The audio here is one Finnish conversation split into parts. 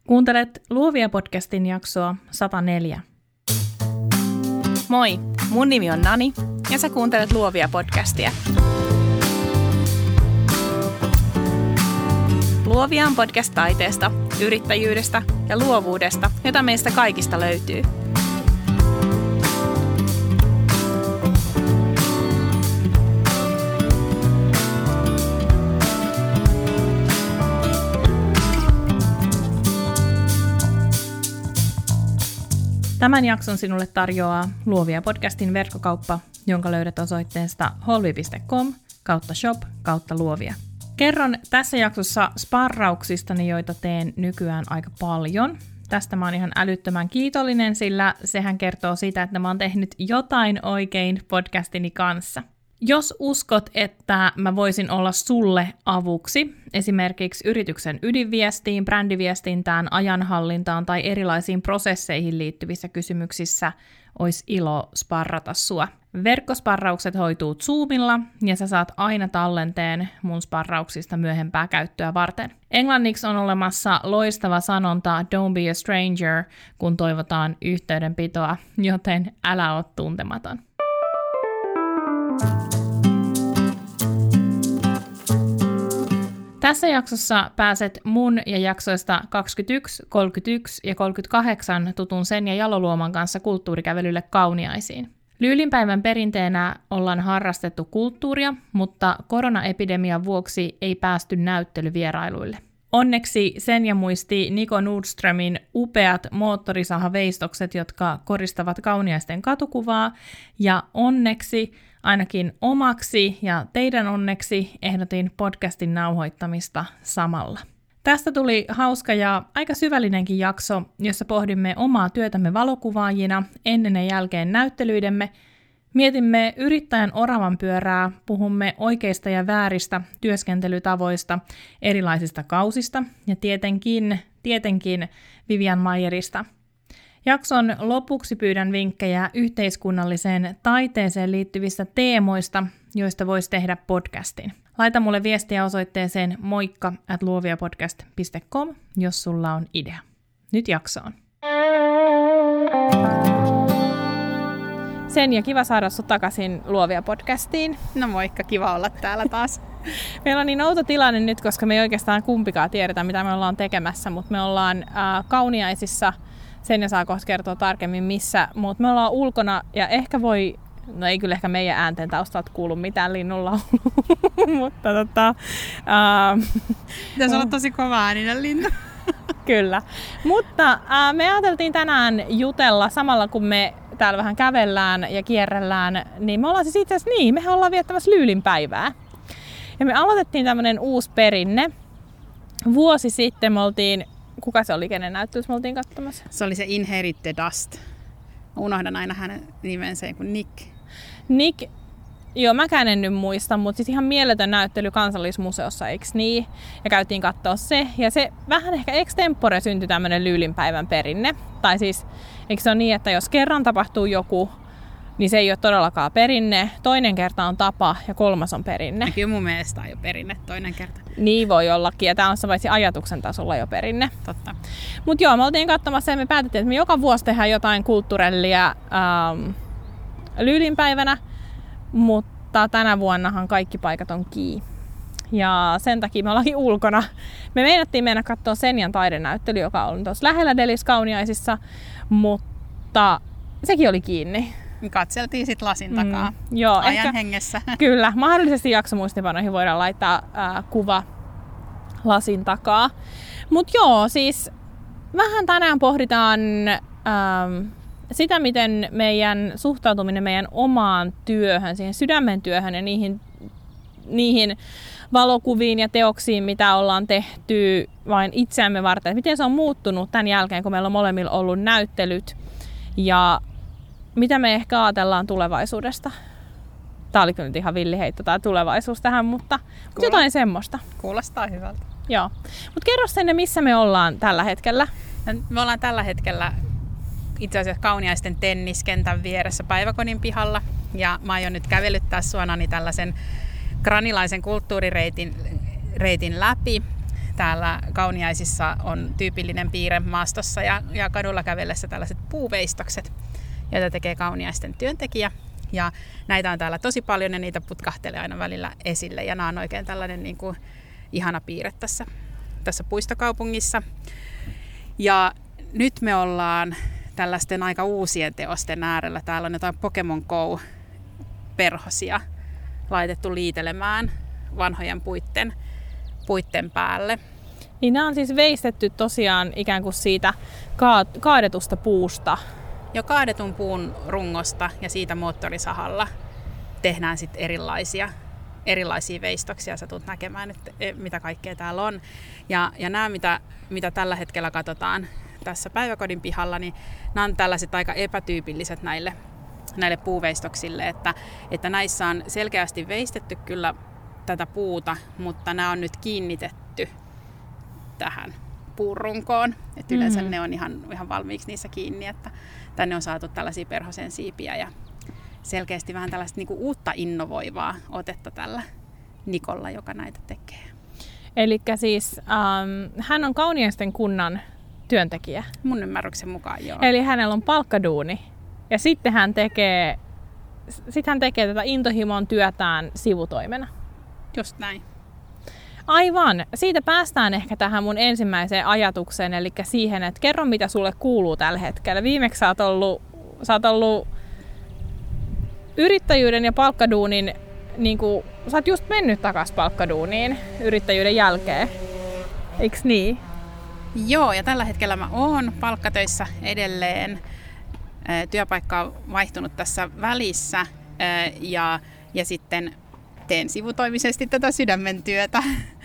Kuuntelet Luovia podcastin jaksoa 104. Moi, mun nimi on Nani ja sä kuuntelet Luovia podcastia. Luovia on podcast taiteesta, yrittäjyydestä ja luovuudesta, jota meistä kaikista löytyy. Tämän jakson sinulle tarjoaa Luovia podcastin verkkokauppa, jonka löydät osoitteesta holvi.com/shop/luovia. Kerron tässä jaksossa sparrauksistani, joita teen nykyään aika paljon. Tästä mä oon ihan älyttömän kiitollinen, sillä sehän kertoo siitä, että mä oon tehnyt jotain oikein podcastini kanssa. Jos uskot, että mä voisin olla sulle avuksi, esimerkiksi yrityksen ydinviestiin, brändiviestintään, ajanhallintaan tai erilaisiin prosesseihin liittyvissä kysymyksissä, olisi ilo sparrata sua. Verkkosparraukset hoituu Zoomilla ja sä saat aina tallenteen mun sparrauksista myöhempää käyttöä varten. Englanniksi on olemassa loistava sanonta "Don't be a stranger", kun toivotaan yhteydenpitoa, joten älä oo tuntematon. Tässä jaksossa pääset mun ja jaksoista 21, 31 ja 38 tutun Senja Jaloluoman kanssa kulttuurikävelylle Kauniaisiin. Lyylinpäivän perinteenä ollaan harrastettu kulttuuria, mutta koronaepidemian vuoksi ei päästy näyttelyvierailuille. Onneksi Senja muisti Niko Nordströmin upeat moottorisahaveistokset, jotka koristavat Kauniaisten katukuvaa, ja onneksi, ainakin omaksi ja teidän onneksi, ehdotin podcastin nauhoittamista samalla. Tästä tuli hauska ja aika syvällinenkin jakso, jossa pohdimme omaa työtämme valokuvaajina ennen ja jälkeen näyttelyidemme, mietimme yrittäjän oravan pyörää, puhumme oikeista ja vääristä työskentelytavoista, erilaisista kausista ja tietenkin Vivian Mayerista. Jakson lopuksi pyydän vinkkejä yhteiskunnalliseen taiteeseen liittyvistä teemoista, joista voisi tehdä podcastin. Laita mulle viestiä osoitteeseen moikka@luoviapodcast.com, jos sulla on idea. Nyt jaksoon. Senja, kiva saada sut takaisin Luovia podcastiin. No moikka, kiva olla täällä taas. Meillä on niin outo tilanne nyt, koska me ei oikeastaan kumpikaan tiedetä, mitä me ollaan tekemässä, mutta me ollaan Kauniaisissa. Senja saa kohta kertoa tarkemmin missä, mutta me ollaan ulkona ja ehkä voi, no ei kyllä ehkä meidän äänten taustalta kuulu mitään linnunlaulua, mutta pitäisi olla tosi kova ääninen lintu. Kyllä, mutta me ajateltiin tänään jutella samalla kun me täällä vähän kävellään ja kierrellään, niin me ollaan siis itse asiassa mehän ollaan viettämässä Lyylinpäivää. Ja me aloitettiin tämmönen uusi perinne. Vuosi sitten me oltiin, kuka se oli, kenen näyttelyssä me oltiin katsomassa? Se oli se Inherit the Dust. Mä unohdan aina hänen nimensä kuin Nick. Nick, joo mäkään en nyt muista, mutta siis ihan mieletön näyttely Kansallismuseossa, eikö niin? Ja käytiin katsoa se. Ja se vähän ehkä extempore syntyi tämmönen Lyylinpäivän perinne. Tai siis, eikö se ole niin, että jos kerran tapahtuu joku, niin se ei ole todellakaan perinne. Toinen kerta on tapa ja kolmas on perinne. Ja kyllä mun mielestä on jo perinne toinen kerta. Niin voi ollakin, ja tää on paitsi ajatuksen tasolla jo perinne. Totta. Mut joo, me oltiin katsomassa ja me päätettiin, että me joka vuosi tehdään jotain kulttuurellia Lyylinpäivänä, mutta tänä vuonnahan kaikki paikat on kiinni. Ja sen takia me ollaankin ulkona. Me meinattiin mennä katsoa Senjan taidenäyttely, joka on tuossa lähellä Delis Kauniaisissa, mutta sekin oli kiinni. Katseltiin sit lasin takaa joo, ajan ehkä, hengessä. Kyllä, mahdollisesti jaksomuistipanoihin voidaan laittaa kuva lasin takaa. Mut joo, siis vähän tänään pohditaan sitä, miten meidän suhtautuminen meidän omaan työhön, siihen sydämen työhön ja niihin valokuviin ja teoksiin, mitä ollaan tehty vain itseämme varten. Miten se on muuttunut tämän jälkeen, kun meillä on molemmilla ollut näyttelyt ja mitä me ehkä ajatellaan tulevaisuudesta. Tää oli kyllä nyt ihan villiheitto tää tulevaisuus tähän, mutta jotain semmoista. Kuulostaa hyvältä. Joo. Mut kerro sen, missä me ollaan tällä hetkellä. Me ollaan tällä hetkellä itse asiassa Kauniaisten tenniskentän vieressä päiväkodin pihalla. Ja mä aion nyt kävelyttää suonani tällaisen granilaisen kulttuurireitin läpi. täällä Kauniaisissa on tyypillinen piirre maastossa ja kadulla kävellessä tällaiset puuveistokset, joita tekee kauniaisten työntekijä. Ja näitä on täällä tosi paljon ja niitä putkahtelee aina välillä esille. Ja nämä on oikein tällainen niin kuin ihana piirre tässä puistokaupungissa. Ja nyt me ollaan tällaisten aika uusien teosten äärellä. Täällä on jotain Pokemon Go-perhosia laitettu liitelemään vanhojen puitten päälle. Niin nämä on siis veistetty tosiaan ikään kuin siitä kaadetusta puusta. Jo kaadetun puun rungosta ja siitä moottorisahalla tehdään sitten erilaisia veistoksia. Sä tulet näkemään, että mitä kaikkea täällä on. Ja nämä, mitä tällä hetkellä katsotaan tässä päiväkodin pihalla, niin nämä on tällaiset aika epätyypilliset näille puuveistoksille, että näissä on selkeästi veistetty kyllä tätä puuta, mutta nämä on nyt kiinnitetty tähän puurunkoon. Että yleensä ne on ihan valmiiksi niissä kiinni, että tänne on saatu tällaisia perhosen siipiä ja selkeästi vähän tällaista niinku uutta innovoivaa otetta tällä Nikolla, joka näitä tekee. Elikkä siis hän on Kauniaisten kunnan työntekijä. Mun ymmärryksen mukaan joo. Eli hänellä on palkkaduuni ja sitten hän tekee tätä intohimon työtään sivutoimena. Just näin. Aivan. Siitä päästään ehkä tähän mun ensimmäiseen ajatukseen, eli siihen, että kerro mitä sulle kuuluu tällä hetkellä. Viimeksi sä oot ollut yrittäjyyden ja palkkaduunin, sä oot just mennyt takaisin palkkaduuniin yrittäjyyden jälkeen. Eiks niin? Joo, ja tällä hetkellä mä oon palkkatöissä edelleen. Työpaikka on vaihtunut tässä välissä ja sitten teen sivutoimisesti tätä sydämen työtä.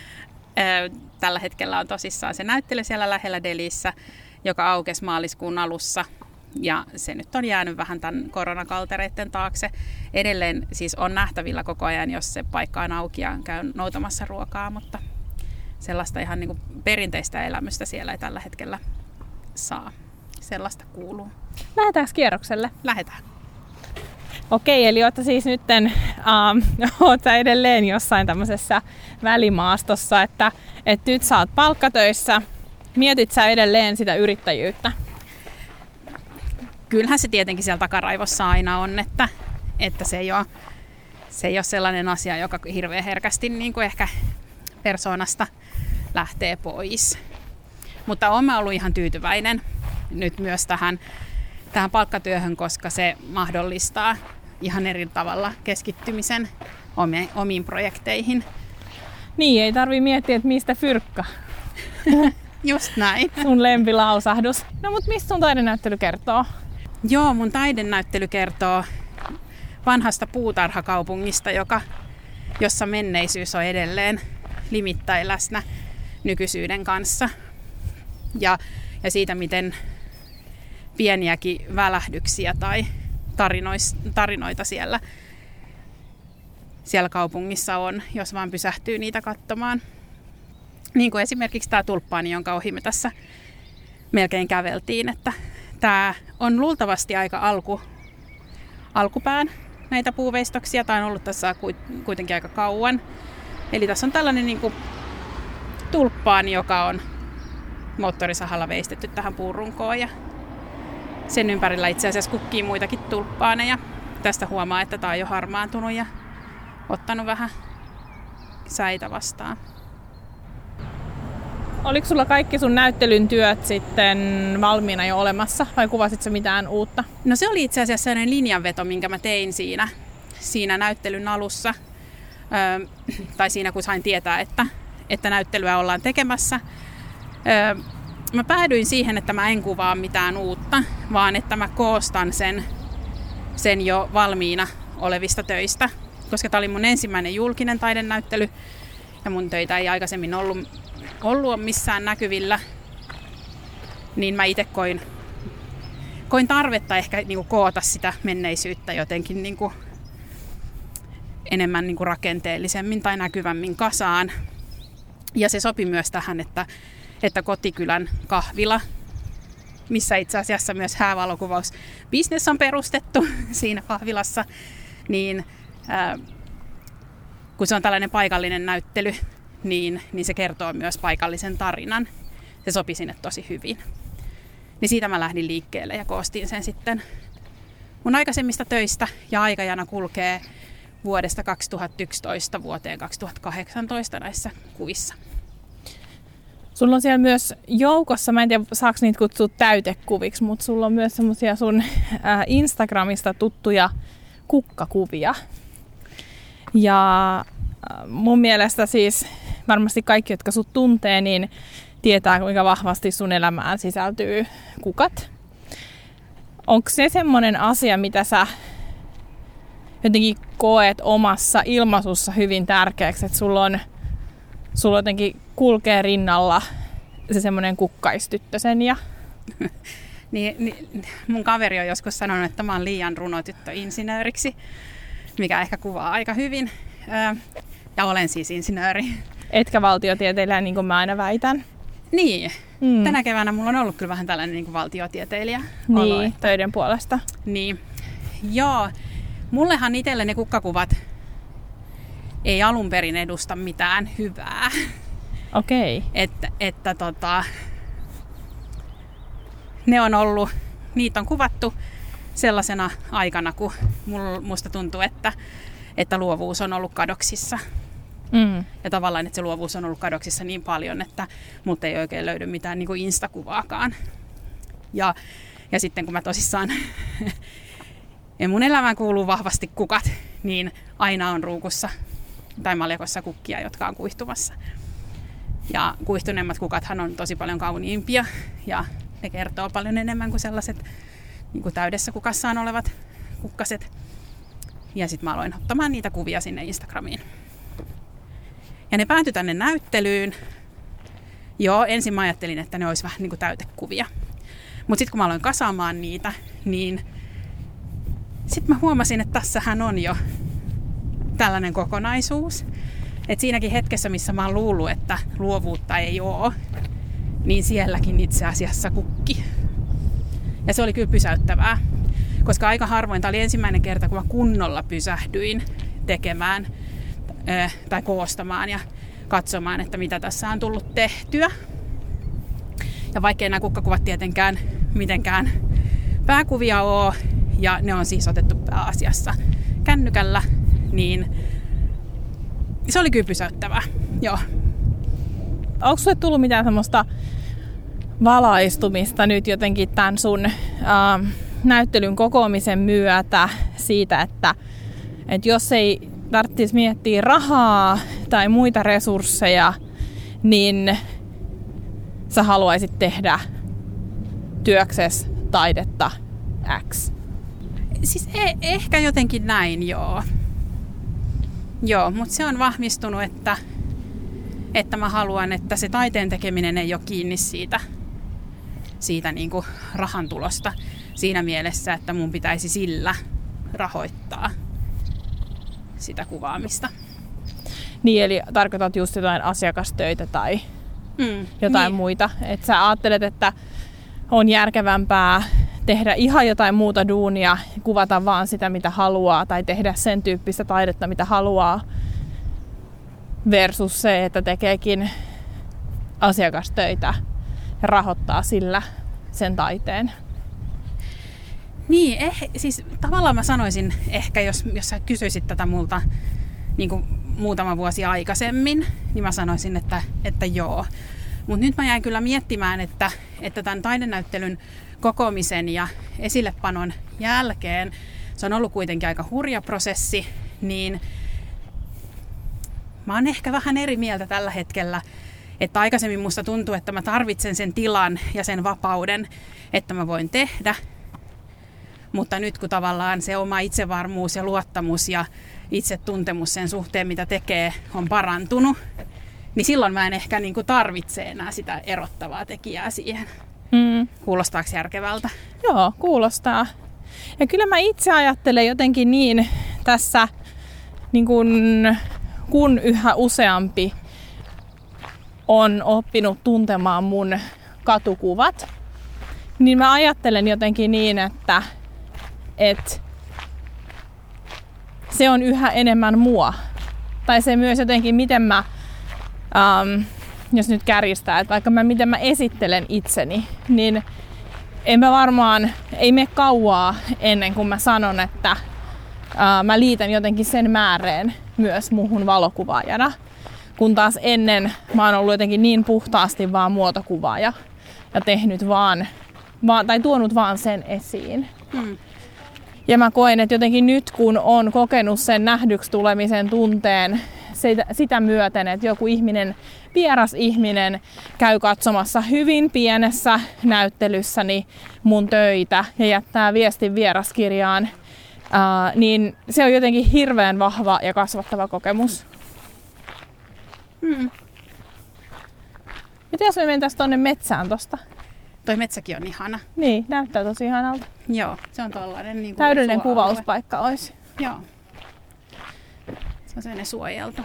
Tällä hetkellä on tosissaan se näyttely siellä lähellä Delissä, joka aukesi maaliskuun alussa. Ja se nyt on jäänyt vähän tämän koronakaltereiden taakse. Edelleen siis on nähtävillä koko ajan, jos se paikka on auki ja käy noutamassa ruokaa, mutta sellaista ihan niin kuin perinteistä elämystä siellä ei tällä hetkellä saa. Sellaista kuuluu. Lähdetäänkö kierrokselle? Lähdetään. Okei, eli oot siis oot edelleen jossain tämmöisessä välimaastossa, että nyt sä oot palkkatöissä. Mietit sä edelleen sitä yrittäjyyttä? Kyllähän se tietenkin siellä takaraivossa aina on, että se ei ole sellainen asia, joka hirveän herkästi niin kuin ehkä persoonasta lähtee pois. Mutta olen ollut ihan tyytyväinen nyt myös tähän palkkatyöhön, koska se mahdollistaa ihan eri tavalla keskittymisen omiin projekteihin. Niin, ei tarvitse miettiä, että mistä fyrkka. Just näin. Sun lempilausahdus. No mut mistä sun taidenäyttely kertoo? Joo, mun taidenäyttely kertoo vanhasta puutarhakaupungista, jossa menneisyys on edelleen limittäin läsnä nykyisyyden kanssa. Ja siitä, miten pieniäkin välähdyksiä tai tarinoita siellä kaupungissa on, jos vaan pysähtyy niitä katsomaan. Niin kuin esimerkiksi tämä tulppaani, jonka ohi me tässä melkein käveltiin, että tämä on luultavasti aika alkupään näitä puuveistoksia. Tämä on ollut tässä kuitenkin aika kauan. Eli tässä on tällainen niin kuin tulppaani, joka on moottorisahalla veistetty tähän puurunkoon ja sen ympärillä itse asiassa kukkii muitakin tulppaaneja. Tästä huomaa, että tämä on jo harmaantunut ja ottanut vähän säitä vastaan. Oliko sulla kaikki sun näyttelyn työt sitten valmiina jo olemassa vai kuvasitko mitään uutta? No se oli itse asiassa sellainen linjanveto, minkä mä tein siinä näyttelyn alussa. Tai siinä kun sain tietää, että näyttelyä ollaan tekemässä. Mä päädyin siihen, että mä en kuvaa mitään uutta, vaan että mä koostan sen jo valmiina olevista töistä. Koska tämä oli mun ensimmäinen julkinen taidenäyttely ja mun töitä ei aikaisemmin ollut missään näkyvillä, niin mä itse koin tarvetta ehkä niinku koota sitä menneisyyttä jotenkin niinku enemmän niinku rakenteellisemmin tai näkyvämmin kasaan. Ja se sopi myös tähän, että kotikylän kahvila, missä itse asiassa myös häävalokuvausbisnes on perustettu siinä kahvilassa, niin kun se on tällainen paikallinen näyttely, niin se kertoo myös paikallisen tarinan. Se sopi sinne tosi hyvin. Niin siitä mä lähdin liikkeelle ja koostin sen sitten mun aikaisemmista töistä, ja aikajana kulkee vuodesta 2011 vuoteen 2018 näissä kuvissa. Sulla on siellä myös joukossa, mä en tiedä saako niitä kutsua täytekuviksi, mutta sulla on myös semmosia sun Instagramista tuttuja kukkakuvia. Ja mun mielestä siis varmasti kaikki, jotka sut tuntee, niin tietää, kuinka vahvasti sun elämään sisältyy kukat. Onko se semmoinen asia, mitä sä jotenkin koet omassa ilmaisussa hyvin tärkeäksi, että sulla jotenkin kulkee rinnalla se semmoinen kukkaistyttösen ja... niin, mun kaveri on joskus sanonut, että mä oon liian runotyttöinsinööriksi, mikä ehkä kuvaa aika hyvin. Ja olen siis insinööri. Etkä valtiotieteilijä, niin kuin mä aina väitän. Niin. Tänä keväänä mulla on ollut kyllä vähän tällainen niin kuin valtiotieteilijä. Niin, töiden puolesta. Niin. Joo. Mullehan itselle ne kukkakuvat ei alun perin edusta mitään hyvää. Okei. Että ne on ollut, niitä on kuvattu sellaisena aikana, kun musta tuntuu, että luovuus on ollut kadoksissa. Ja tavallaan, että se luovuus on ollut kadoksissa niin paljon, että multa ei oikein löydy mitään niin kuin instakuvaakaan. Ja sitten kun mä tosissaan, ja mun elämään kuuluu vahvasti kukat, niin aina on ruukussa tai maljakossa kukkia, jotka on kuihtumassa. Ja kuihtuneemmat kukathan on tosi paljon kauniimpia ja ne kertoo paljon enemmän kuin sellaiset niin kuin täydessä kukassaan olevat kukkaset. Ja sitten mä aloin ottamaan niitä kuvia sinne Instagramiin. Ja ne päätyi tänne näyttelyyn. Joo, ensin mä ajattelin, että ne olisi vähän niin kuin täytekuvia. Mutta sitten kun mä aloin kasaamaan niitä, niin sitten mä huomasin, että tässähän on jo tällainen kokonaisuus. Että siinäkin hetkessä, missä mä oon luullut, että luovuutta ei oo, niin sielläkin itse asiassa kukki. Ja se oli kyllä pysäyttävää, koska aika harvoin, tämä oli ensimmäinen kerta, kun mä kunnolla pysähdyin tekemään tai koostamaan ja katsomaan, että mitä tässä on tullut tehtyä. Ja vaikkei nämä kukkakuvat tietenkään mitenkään pääkuvia ole, ja ne on siis otettu pääasiassa kännykällä, niin se oli kyllä pysäyttävää. Joo. Onko sulle tullut mitään semmoista valaistumista nyt jotenkin tämän sun näyttelyn kokoamisen myötä siitä, että jos ei tarvitsisi miettiä rahaa tai muita resursseja, niin sä haluaisit tehdä työksesi taidetta X? Siis ehkä jotenkin näin, joo. Joo, mutta se on vahvistunut, että mä haluan, että se taiteen tekeminen ei ole kiinni siitä niin kuin rahan tulosta siinä mielessä, että mun pitäisi sillä rahoittaa sitä kuvaamista. Niin, eli tarkoitat just jotain asiakastöitä tai jotain niin. muita. Että sä ajattelet, että on järkevämpää tehdä ihan jotain muuta duunia, kuvata vaan sitä, mitä haluaa, tai tehdä sen tyyppistä taidetta, mitä haluaa, versus se, että tekeekin asiakastöitä ja rahoittaa sillä sen taiteen. Niin, siis tavallaan mä sanoisin ehkä, jos sä kysyisit tätä multa niin kuin muutama vuosi aikaisemmin, niin mä sanoisin, että joo. Mutta nyt mä jäin kyllä miettimään, että tämän taidenäyttelyn kokoamisen ja esillepanon jälkeen, se on ollut kuitenkin aika hurja prosessi, niin mä oon ehkä vähän eri mieltä tällä hetkellä, että aikaisemmin musta tuntuu, että mä tarvitsen sen tilan ja sen vapauden, että mä voin tehdä. Mutta nyt kun tavallaan se oma itsevarmuus ja luottamus ja itsetuntemus sen suhteen, mitä tekee, on parantunut, niin silloin mä en ehkä niin kuin tarvitse enää sitä erottavaa tekijää siihen. Kuulostaako järkevältä? Joo, kuulostaa. Ja kyllä mä itse ajattelen jotenkin niin tässä, niin kun yhä useampi on oppinut tuntemaan mun katukuvat, niin mä ajattelen jotenkin niin, että se on yhä enemmän mua. Tai se myös jotenkin, miten mä jos nyt kärjistää, että vaikka miten mä esittelen itseni, niin ei mene kauaa ennen kuin mä sanon, että mä liitän jotenkin sen määreen myös muuhun valokuvaajana. Kun taas ennen mä oon ollut jotenkin niin puhtaasti vaan muotokuvaaja ja tehnyt tai tuonut vaan sen esiin. Ja mä koen, että jotenkin nyt kun on kokenut sen nähdyksi tulemisen tunteen sitä myöten, että joku vieras ihminen käy katsomassa hyvin pienessä näyttelyssäni mun töitä ja jättää viestin vieraskirjaan, niin se on jotenkin hirveän vahva ja kasvattava kokemus. Mitä jos me mentäisiin tuonne metsään tosta? Toi metsäkin on ihana. Niin, näyttää tosi ihanalta. Joo, se on tollainen niin kuin täydellinen kuvauspaikka olisi. Joo. Se on sellainen suojeltu.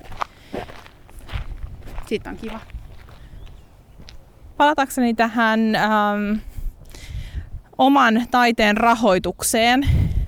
Siitä on kiva. Palatakseni tähän oman taiteen rahoitukseen,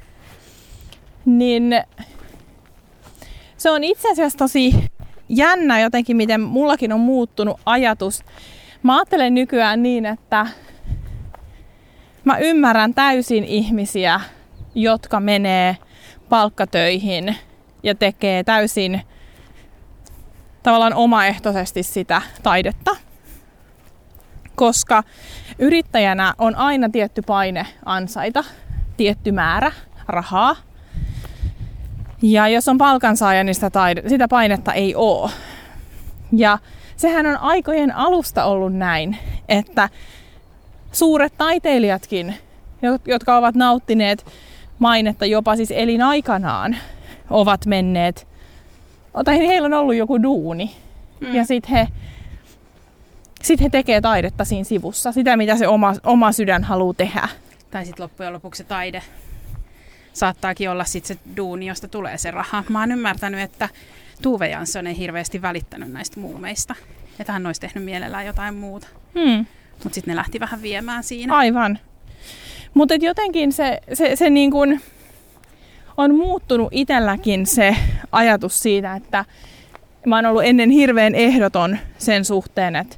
niin se on itse asiassa tosi jännä jotenkin, miten mullakin on muuttunut ajatus. Mä ajattelen nykyään niin, että mä ymmärrän täysin ihmisiä, jotka menee palkkatöihin ja tekee täysin tavallaan omaehtoisesti sitä taidetta. Koska yrittäjänä on aina tietty paine ansaita, tietty määrä rahaa. Ja jos on palkansaaja, niin sitä painetta ei ole. Ja sehän on aikojen alusta ollut näin, että suuret taiteilijatkin, jotka ovat nauttineet mainetta jopa siis elinaikanaan, ovat menneet, tai heillä on ollut joku duuni. Ja sitten he tekee taidetta siinä sivussa, sitä mitä se oma sydän haluaa tehdä. Tai sitten loppujen lopuksi se taide saattaakin olla sitten se duuni, josta tulee se raha. Mä oon ymmärtänyt, että Tove Jansson ei hirveästi välittänyt näistä muumeista. Että hän olisi tehnyt mielellään jotain muuta. Mutta sitten ne lähti vähän viemään siinä. Aivan. Mutta jotenkin se niin kun on muuttunut itselläkin se ajatus siitä, että mä oon ollut ennen hirveän ehdoton sen suhteen, että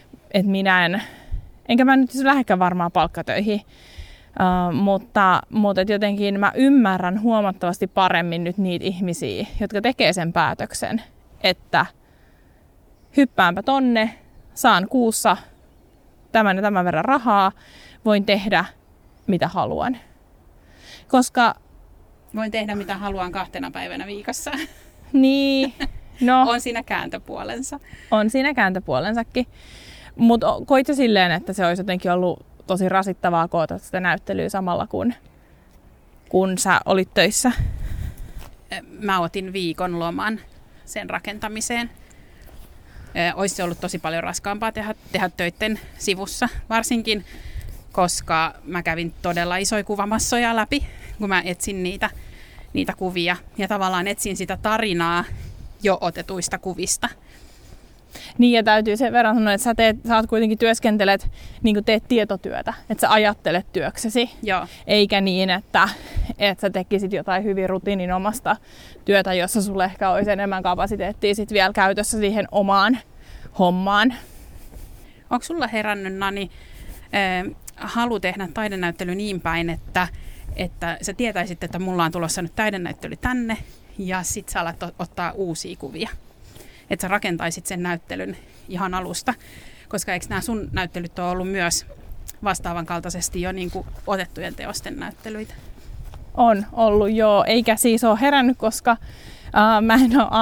enkä mä nyt lähdekään varmaan palkkatöihin, mutta jotenkin mä ymmärrän huomattavasti paremmin nyt niitä ihmisiä, jotka tekee sen päätöksen, että hyppäänpä tonne, saan kuussa tämän ja tämän verran rahaa, voin tehdä mitä haluan. Koska voin tehdä mitä haluan 2 päivänä viikossa. Niin, no. On siinä kääntöpuolensa. On siinä kääntöpuolensakin. Mutta koit jo silleen, että se olisi jotenkin ollut tosi rasittavaa koota sitä näyttelyä samalla kun sä olit töissä? Mä otin viikon loman sen rakentamiseen. Olisi se ollut tosi paljon raskaampaa tehdä töitten sivussa, varsinkin koska mä kävin todella isoja kuvamassoja läpi, kun mä etsin niitä kuvia ja tavallaan etsin sitä tarinaa jo otetuista kuvista. Niin, ja täytyy sen verran sanoa, että sä kuitenkin työskentelet, niin kuin teet tietotyötä, että sä ajattelet työksesi. Joo. Eikä niin, että sä tekisit jotain hyvin rutiininomasta työtä, jossa sulle ehkä olisi enemmän kapasiteettia sit vielä käytössä siihen omaan hommaan. Onko sulla herännyt, Nani, halu tehdä taidenäyttely niin päin, että sä tietäisit, että mulla on tulossa nyt taidenäyttely tänne ja sit sä alat ottaa uusia kuvia? Että sä rakentaisit sen näyttelyn ihan alusta, koska eikö nämä sun näyttelyt ole ollut myös vastaavan kaltaisesti jo niin kuin otettujen teosten näyttelyitä? On ollut, joo. Eikä siis ole herännyt, koska mä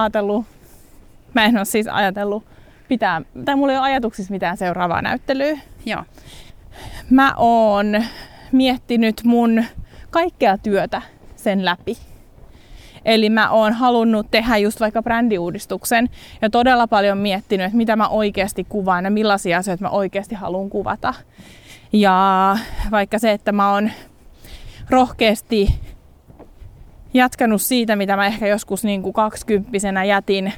en ole siis ajatellut mulla ei ole ajatuksissa mitään seuraavaa näyttelyä. Joo. Mä oon miettinyt mun kaikkea työtä sen läpi. Eli mä oon halunnut tehdä just vaikka brändiuudistuksen ja todella paljon miettinyt, että mitä mä oikeasti kuvaan ja millaisia asioita mä oikeasti haluan kuvata. Ja vaikka se, että mä oon rohkeasti jatkanut siitä, mitä mä ehkä joskus niin kuin 20-vuotiaana jätin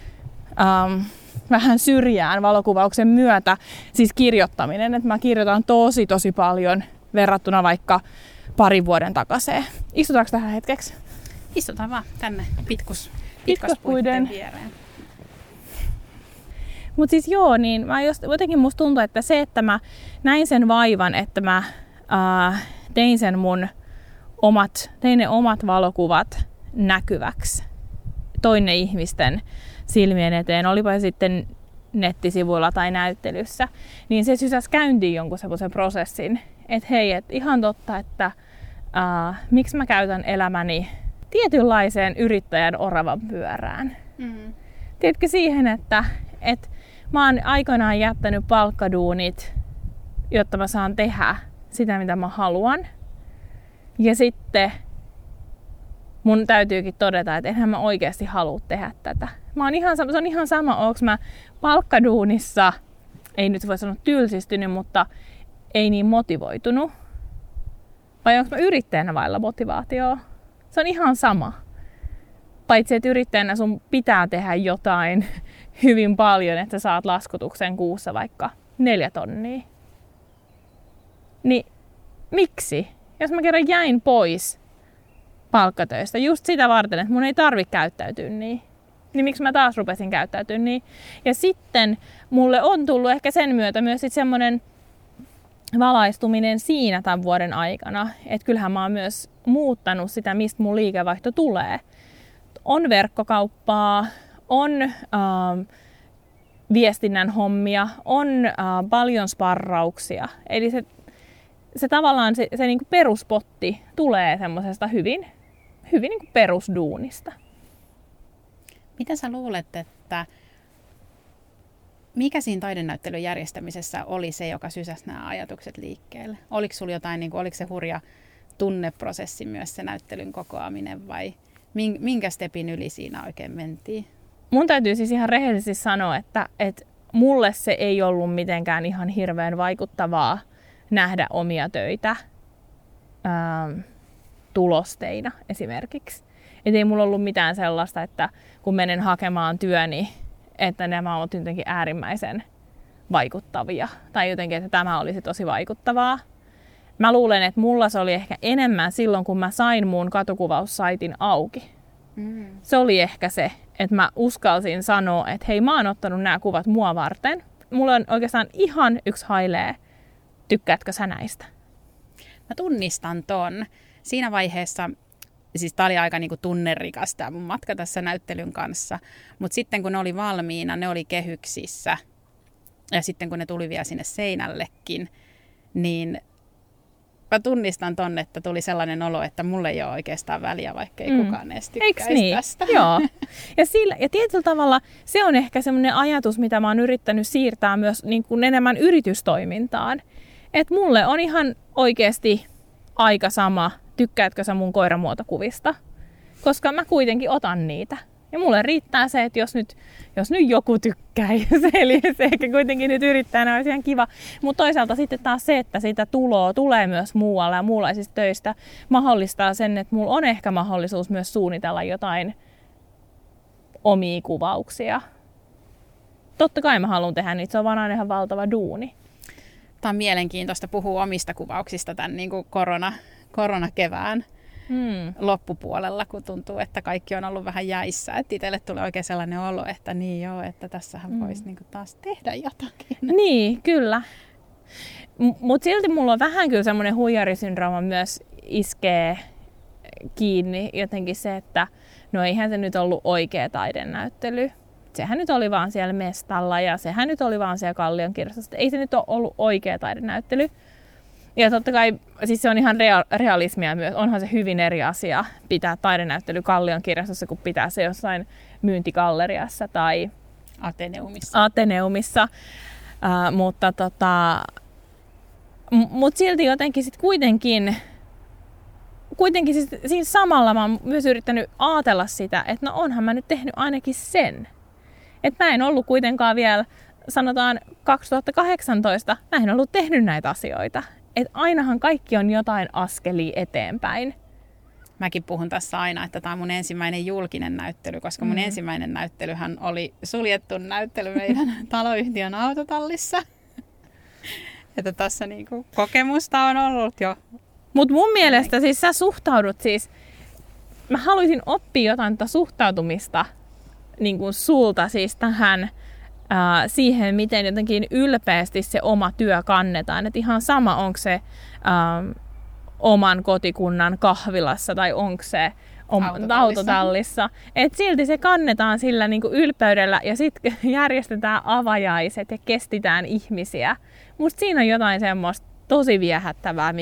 vähän syrjään valokuvauksen myötä, siis kirjoittaminen. Että mä kirjoitan tosi paljon verrattuna vaikka 2 vuoden takaiseen. Istutaanko tähän hetkeksi? Istutaan vaan tänne pitkospuiden viereen. Mutta siis joo, niin jotenkin musta tuntuu, että se, että mä näin sen vaivan, että mä tein ne omat valokuvat näkyväksi, toin ne ihmisten silmien eteen, olipa sitten nettisivuilla tai näyttelyssä, niin se sysäsi käyntiin jonkun semmoisen prosessin, että hei, et ihan totta, että miksi mä käytän elämäni tietynlaiseen yrittäjän oravan pyörään. Mm. Tiedätkö siihen, että mä oon aikoinaan jättänyt palkkaduunit, jotta mä saan tehdä sitä, mitä mä haluan. Ja sitten mun täytyykin todeta, että enhän mä oikeasti halua tehdä tätä. Se on ihan sama, onko mä palkkaduunissa, ei nyt voi sanoa tylsistynyt, mutta ei niin motivoitunut. Vai onko mä yrittäjänä vailla motivaatioa? Se on ihan sama. Paitsi, että yrittäjänä sun pitää tehdä jotain hyvin paljon, että sä saat laskutuksen kuussa vaikka 4 tonnia. Niin miksi? Jos mä kerran jäin pois palkkatöistä just sitä varten, että mun ei tarvitse käyttäytyä niin miksi mä taas rupesin käyttäytyä niin? Ja sitten mulle on tullut ehkä sen myötä myös semmoinen valaistuminen siinä tämän vuoden aikana, että kyllähän mä oon myös muuttanut sitä, mistä mun liikevaihto tulee. On verkkokauppaa, on viestinnän hommia, on paljon sparrauksia. Eli se tavallaan se niin kuin peruspotti tulee semmoisesta hyvin niin kuin perusduunista. Mitä sä luulet, että mikä siinä taidenäyttelyn järjestämisessä oli se, joka sysäsi nämä ajatukset liikkeelle? Oliko sulla jotain, niin kuin, oliko se hurja tunneprosessi myös se näyttelyn kokoaminen vai minkä stepin yli siinä oikein mentiin? Mun täytyy siis ihan rehellisesti sanoa, että mulle se ei ollut mitenkään ihan hirveän vaikuttavaa nähdä omia töitä tulosteina esimerkiksi. Et ei mulla ollut mitään sellaista, että kun menen hakemaan työni, että nämä ovat jotenkin äärimmäisen vaikuttavia. Tai jotenkin, että tämä olisi tosi vaikuttavaa. Mä luulen, että mulla se oli ehkä enemmän silloin, kun mä sain mun katukuvaussaitin auki. Mm. Se oli ehkä se, että mä uskalsin sanoa, että hei, mä oon ottanut nämä kuvat mua varten. Mulla on oikeastaan ihan yksi hailee. Tykkäätkö sä näistä? Mä tunnistan ton. Siinä vaiheessa, siis tää oli aika niinku tunnerikas tää mun matka tässä näyttelyn kanssa, mutta sitten kun ne oli valmiina, ne oli kehyksissä ja sitten kun ne tuli vielä sinne seinällekin, niin mä tunnistan ton, että tuli sellainen olo, että mulle ei ole oikeastaan väliä, vaikka ei kukaan edes tykkäisi niin? tästä. Joo. Ja tietyllä tavalla se on ehkä semmoinen ajatus, mitä mä oon yrittänyt siirtää myös niin kuin enemmän yritystoimintaan. Että mulle on ihan oikeasti aika sama, tykkäätkö sä mun koiramuotokuvista, koska mä kuitenkin otan niitä. Ja mulle riittää se, että jos nyt joku tykkäisi, eli se ehkä kuitenkin nyt yrittäjänä olisi ihan kiva. Mutta toisaalta sitten taas se, että sitä tuloa tulee myös muualla ja muunlaisista töistä, mahdollistaa sen, että mulla on ehkä mahdollisuus myös suunnitella jotain omia kuvauksia. Totta kai mä haluan tehdä niitä, se on vaan aina ihan valtava duuni. Tämä on mielenkiintoista puhua omista kuvauksista tämän niin kuin koronakevään loppupuolella, kun tuntuu, että kaikki on ollut vähän jäissä. Että itselle tulee oikein sellainen olo, että niin joo, että tässähän voisi niin kuin taas tehdä jotakin. Niin, kyllä. Mutta silti mulla on vähän kyllä semmoinen huijarisyndrooma myös iskee kiinni jotenkin se, että no eihän se nyt ollut oikea taidenäyttely. Sehän nyt oli vaan siellä mestalla ja sehän nyt oli vaan siellä Kallion kirjastossa. Ei se nyt ole ollut oikea taidenäyttely. Ja totta kai, siis se on ihan realismia myös. Onhan se hyvin eri asia pitää taidenäyttely Kallion kirjastossa, kun pitää se jossain myyntигalleriassa tai Ateneumissa. Mutta silti jotenkin sit kuitenkin siis siinä samalla mä oon myös yrittänyt ajatella sitä, että no onhan mä nyt tehnyt ainakin sen. Että mä en ollut kuitenkaan vielä, sanotaan 2018, mä en ollut tehnyt näitä asioita. Että ainahan kaikki on jotain askelia eteenpäin. Mäkin puhun tässä aina, että tämä on mun ensimmäinen julkinen näyttely, koska mun ensimmäinen näyttelyhän oli suljettu näyttely meidän taloyhtiön autotallissa. Että tässä niinku kokemusta on ollut jo. Mutta mun mielestä siis sä suhtaudut siis, mä haluaisin oppia jotain suhtautumista niin kuin sulta siis tähän siihen, miten jotenkin ylpeästi se oma työ kannetaan. Että ihan sama, onko se oman kotikunnan kahvilassa tai onko se autotallissa. Et silti se kannetaan sillä niinku ylpeydellä ja sitten järjestetään avajaiset ja kestitään ihmisiä. Musta siinä on jotain semmoista tosi viehättävää,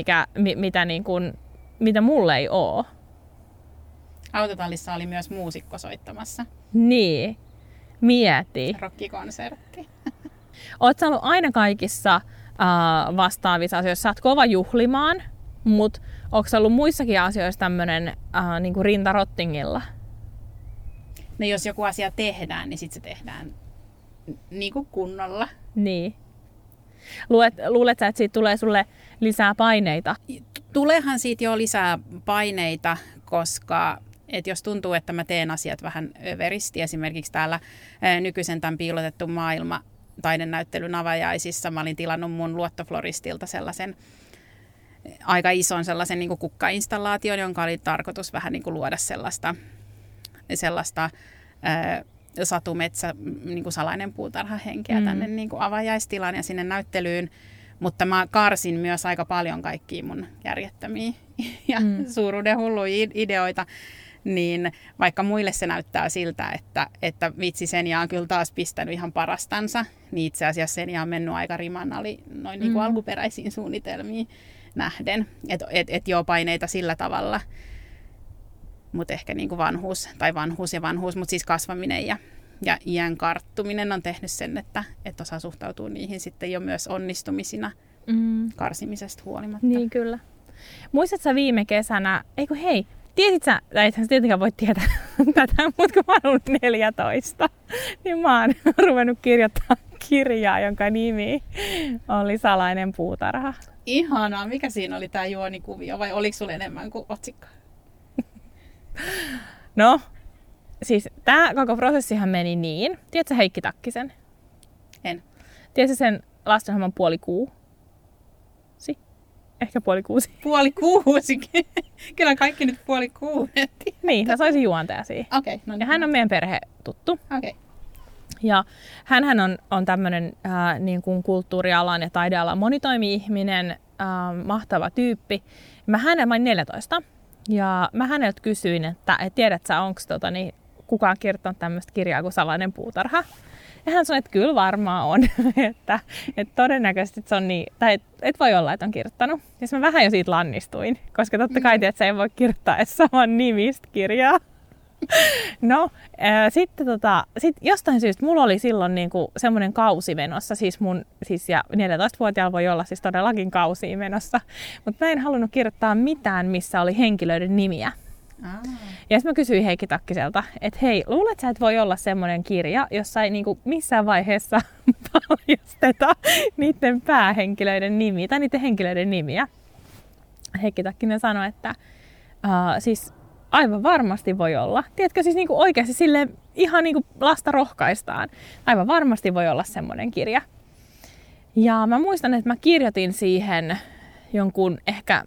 mitä mulle ei oo. Autotallissa oli myös muusikko soittamassa. Niin, mieti. Rockikonsertti. Oot sä ollut aina kaikissa vastaavissa asioissa. Sä oot kova juhlimaan, mutta onko sä ollut muissakin asioissa tämmönen niinku rintarottingilla? No jos joku asia tehdään, niin sit se tehdään niinku kunnolla. Niin. Luulet sä, että siitä tulee sulle lisää paineita? Tuleehan siitä jo lisää paineita, koska jos tuntuu, että mä teen asiat vähän överisti, esimerkiksi täällä nykyisen tämän piilotettu maailma taidenäyttelyn avajaisissa, mä olin tilannut mun luottofloristilta sellaisen aika ison sellaisen niin kuin kukkainstallaation, jonka oli tarkoitus vähän niin kuin luoda sellaista satumetsä, niin kuin salainen puutarhahenkeä tänne niin kuin avajaistilaan ja sinne näyttelyyn. Mutta mä karsin myös aika paljon kaikkia mun järjettämiä ja suuruuden hulluja ideoita. Niin vaikka muille se näyttää siltä, että vitsi Senja on kyllä taas pistänyt ihan parastansa, niin itse asiassa Senja on mennyt aika riman ali noin niin kuin alkuperäisiin suunnitelmiin nähden. Että joo, paineita sillä tavalla, mutta ehkä niin kuin vanhuus, mutta siis kasvaminen ja iän karttuminen on tehnyt sen, että osaa suhtautua niihin sitten jo myös onnistumisina karsimisesta huolimatta. Niin kyllä. Muistatko sä viime kesänä, tiesit sä, ethän sä tietenkään voi tietää tätä, mutta kun mä oon ollut 14, niin mä oon ruvennut kirjoittaa kirjaa, jonka nimi oli Salainen puutarha. Ihanaa. Mikä siinä oli tää juonikuvio vai oliko sulla enemmän kuin otsikko? No, siis tää koko prosessihan meni niin. Tiedätkö Heikki Takkisen? En. Tiedätkö sen lastenhomman puolikuusi? Ehkä 5:30. Kyllä kaikki nyt 5:30. Niin, mä soisin juontaja siihen. Okay, no niin. Ja hän on meidän perhetuttu. Okay. Ja hänhän on tämmöinen niin kuin kulttuurialan ja taidealan monitoimi-ihminen, mahtava tyyppi. Mä olin 14 ja mä häneltä kysyin, että tiedät sä, onko kukaan kirjoittanut tämmöistä kirjaa kuin Salainen puutarha? Ja hän sanoi, että kyllä varmaan on, että todennäköisesti se on niin, tai et voi olla, että on kirjoittanut. Ja mä vähän jo siitä lannistuin, koska totta kai tiedät, että sä ei voi kirjoittaa edes saman nimistä kirjaa. No, sitten jostain syystä mulla oli silloin niinku semmoinen kausi menossa, ja 14-vuotiaalla voi olla siis todellakin kausia menossa, mutta mä en halunnut kirjoittaa mitään, missä oli henkilöiden nimiä. Ja sitten mä kysyin Heikki Takkiselta, että hei, luulet sä, että voi olla semmoinen kirja, jossa ei niinku missään vaiheessa paljasteta niiden päähenkilöiden nimiä tai niiden henkilöiden nimiä? Heikki Takkinen sanoi, että siis aivan varmasti voi olla. Tiedätkö, siis niinku oikeasti silleen ihan niinku lasta rohkaistaan. Aivan varmasti voi olla semmoinen kirja. Ja mä muistan, että mä kirjoitin siihen jonkun ehkä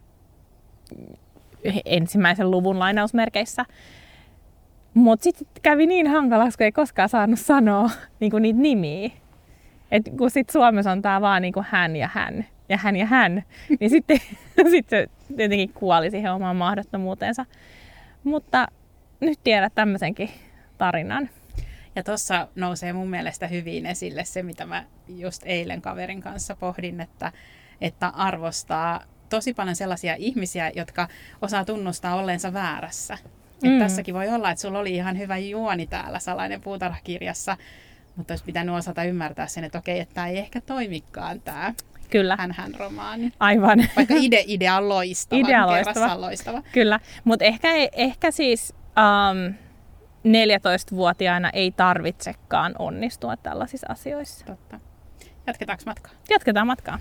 ensimmäisen luvun lainausmerkeissä. Mutta sitten kävi niin hankalaksi, kun ei koskaan saanut sanoa niinku niitä nimiä. Et kun sitten Suomessa on tää vaan niinku hän ja hän ja hän ja hän, niin sitten se tietenkin kuoli siihen omaan mahdottomuuteensa. Mutta nyt tiedät tämmöisenkin tarinan. Ja tuossa nousee mun mielestä hyvin esille se, mitä mä just eilen kaverin kanssa pohdin, että arvostaa tosi paljon sellaisia ihmisiä, jotka osaa tunnustaa olleensa väärässä. Että tässäkin voi olla, että sulla oli ihan hyvä juoni täällä Salainen puutarhakirjassa, mutta olisi pitänyt osata ymmärtää sen, että okei, että tämä ei ehkä toimikaan tämä hän-romaani. Aivan. Vaikka idea on loistava. Kerrassaan loistava. Kyllä, mutta ehkä siis 14-vuotiaana ei tarvitsekaan onnistua tällaisissa asioissa. Totta. Jatketaanko matkaa? Jatketaan matkaa.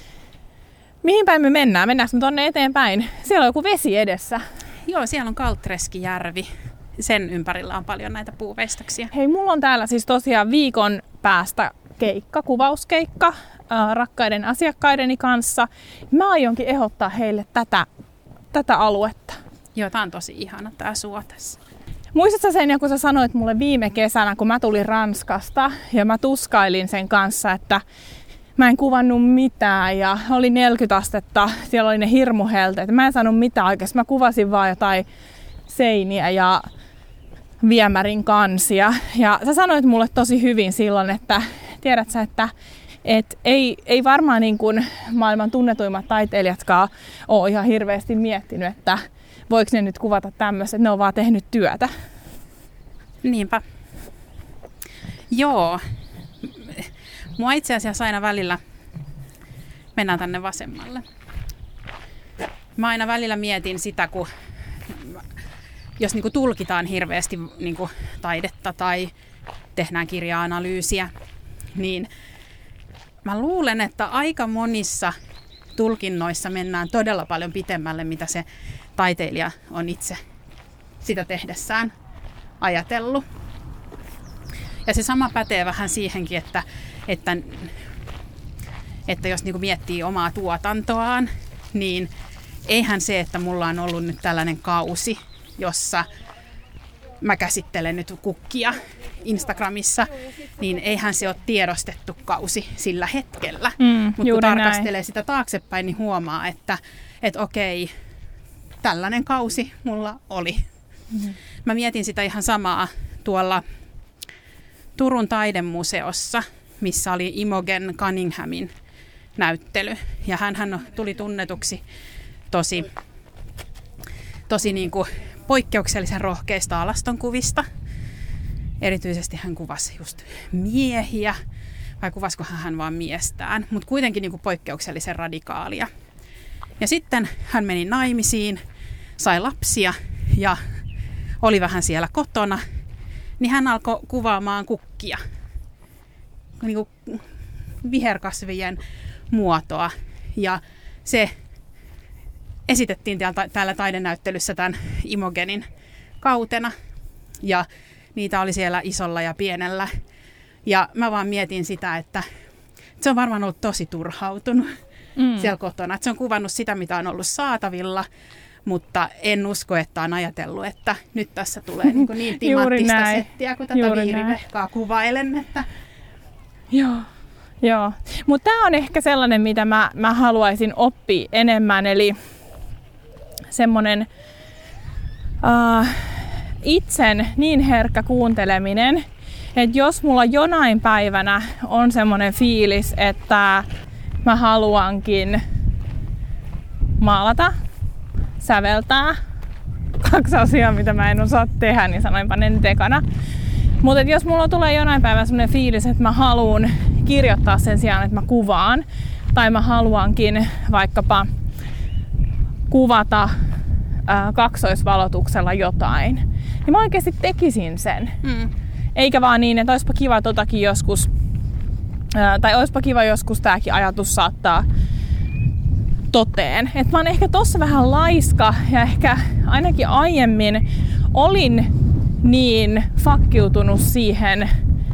Mihin päin me mennään? Mennäänkö me tonne eteenpäin? Siellä on joku vesi edessä. Joo, siellä on Kaltreskijärvi. Sen ympärillä on paljon näitä puuveistoksia. Hei, mulla on täällä siis tosiaan viikon päästä kuvauskeikka rakkaiden asiakkaideni kanssa. Mä aionkin ehdottaa heille tätä aluetta. Joo, tää on tosi ihana tää suo tässä. Muistatko sen, kun sä sanoit mulle viime kesänä, kun mä tulin Ranskasta ja mä tuskailin sen kanssa, että mä en kuvannut mitään ja oli 40 astetta, siellä oli ne hirmuhelteet. Mä en saanut mitään oikeasti, mä kuvasin vaan jotain seiniä ja viemärin kansia. Ja sä sanoit mulle tosi hyvin silloin, että tiedät sä, että ei varmaan niin kuin maailman tunnetuimmat taiteilijatkaan ole ihan hirveästi miettinyt, että voiko ne nyt kuvata tämmöistä, että ne on vaan tehnyt työtä. Niinpä. Joo. Mua itse asiassa aina välillä, mennään tänne vasemmalle. Mä aina välillä mietin sitä, kun jos niinku tulkitaan hirveästi niinku taidetta tai tehdään kirja-analyysiä, niin mä luulen, että aika monissa tulkinnoissa mennään todella paljon pitemmälle, mitä se taiteilija on itse sitä tehdessään ajatellut. Ja se sama pätee vähän siihenkin, että jos niinku miettii omaa tuotantoaan, niin eihän se, että mulla on ollut nyt tällainen kausi, jossa mä käsittelen nyt kukkia Instagramissa, niin eihän se ole tiedostettu kausi sillä hetkellä. Mutta kun tarkastelee näin sitä taaksepäin, niin huomaa, että okei, tällainen kausi mulla oli. Mä mietin sitä ihan samaa tuolla Turun taidemuseossa, missä oli Imogen Cunninghamin näyttely. Ja hän tuli tunnetuksi tosi niin kuin poikkeuksellisen rohkeista alastonkuvista. Erityisesti hän kuvasi just miehiä, vai kuvasiko hän vaan miestään, mutta kuitenkin niin kuin poikkeuksellisen radikaalia. Ja sitten hän meni naimisiin, sai lapsia ja oli vähän siellä kotona, niin hän alkoi kuvaamaan kukkia, niin kuin viherkasvien muotoa. Ja se esitettiin täällä taidenäyttelyssä tämän Imogenin kautena. Ja niitä oli siellä isolla ja pienellä. Ja mä vaan mietin sitä, että se on varmaan ollut tosi turhautunut siellä kotona. Että se on kuvannut sitä, mitä on ollut saatavilla, mutta en usko, että on ajatellut, että nyt tässä tulee niin timanttista settiä, kun tätä viirivehkaa kuvailen. Että... Joo. Mutta tämä on ehkä sellainen, mitä mä haluaisin oppia enemmän, eli semmoinen itsen niin herkkä kuunteleminen, että jos mulla jonain päivänä on semmoinen fiilis, että mä haluankin maalata, säveltää, 2 asiaa, mitä mä en osaa tehdä, niin sanoinpa ne nyt ekana. Mutta jos mulla tulee jonain päivänä semmoinen fiilis, että mä haluan kirjoittaa sen sijaan, että mä kuvaan, tai mä haluankin vaikkapa kuvata kaksoisvalotuksella jotain, niin mä oikeasti tekisin sen. Eikä vaan niin, että olisipa kiva totakin joskus, tai olisipa kiva joskus tääkin ajatus saattaa toteen. Et mä oon ehkä tossa vähän laiska ja ehkä ainakin aiemmin olin niin fakkiutunut siihen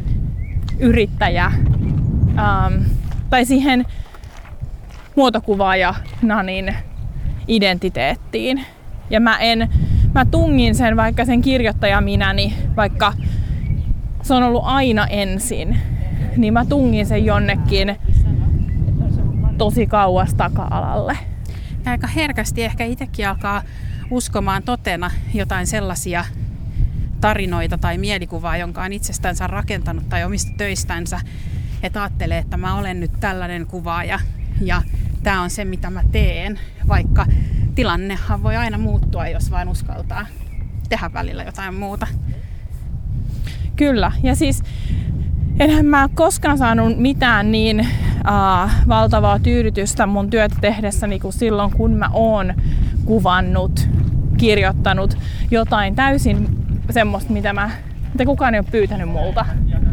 tai siihen muotokuvaaja-nanin identiteettiin. Ja mä tungin sen vaikka sen kirjoittajaminäni, vaikka se on ollut aina ensin, niin mä tungin sen jonnekin tosi kauas taka-alalle. Ja aika herkästi ehkä itsekin alkaa uskomaan totena jotain sellaisia tarinoita tai mielikuvaa, jonka on itsestänsä rakentanut tai omista töistänsä, että ajattelee, että mä olen nyt tällainen kuvaaja ja tämä on se, mitä mä teen, vaikka tilannehan voi aina muuttua, jos vain uskaltaa tehdä välillä jotain muuta. Kyllä, ja siis enhän mä koskaan saanut mitään niin valtavaa tyydytystä mun työtä tehdessäni kuin silloin, kun mä oon kuvannut, kirjoittanut jotain täysin semmoista, mitä kukaan ei ole pyytänyt multa.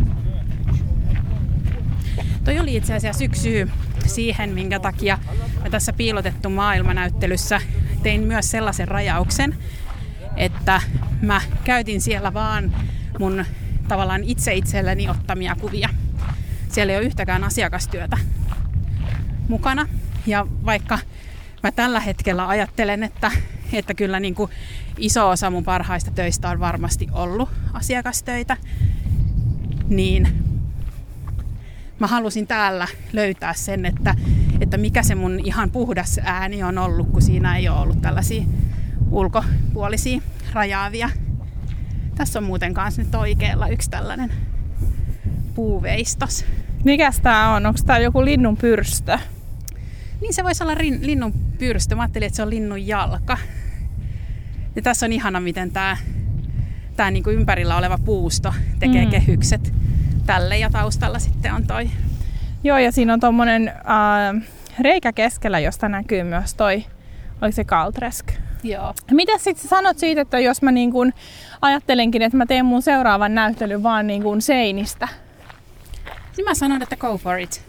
Toi oli itse asiassa yksi syy siihen, minkä takia mä tässä Piilotettu maailmanäyttelyssä tein myös sellaisen rajauksen, että mä käytin siellä vaan mun tavallaan itselleni ottamia kuvia. Siellä ei ole yhtäkään asiakastyötä mukana. Ja vaikka mä tällä hetkellä ajattelen, että että kyllä niin kuin iso osa mun parhaista töistä on varmasti ollut asiakastöitä, niin mä halusin täällä löytää sen, että mikä se mun ihan puhdas ääni on ollut, kun siinä ei ole ollut tällaisia ulkopuolisia rajaavia. Tässä on muuten kanssa nyt oikealla yksi tällainen puuveistos. Mikäs tää on? Onko tää joku linnun pyrstö? Niin se voisi olla linnun pyrstö. Mä ajattelin, että se on linnun jalka. Ja tässä on ihana, miten tää niinku ympärillä oleva puusto tekee kehykset tälle ja taustalla sitten on toi. Joo, ja siinä on tommonen reikä keskellä, josta näkyy myös toi, oliko se kaltresk? Joo. Mitä sitten sanot siitä, että jos mä niin kun ajattelenkin, että mä teen mun seuraavan näyttelyn vaan niin kun seinistä? Niin mä sanon, että go for it.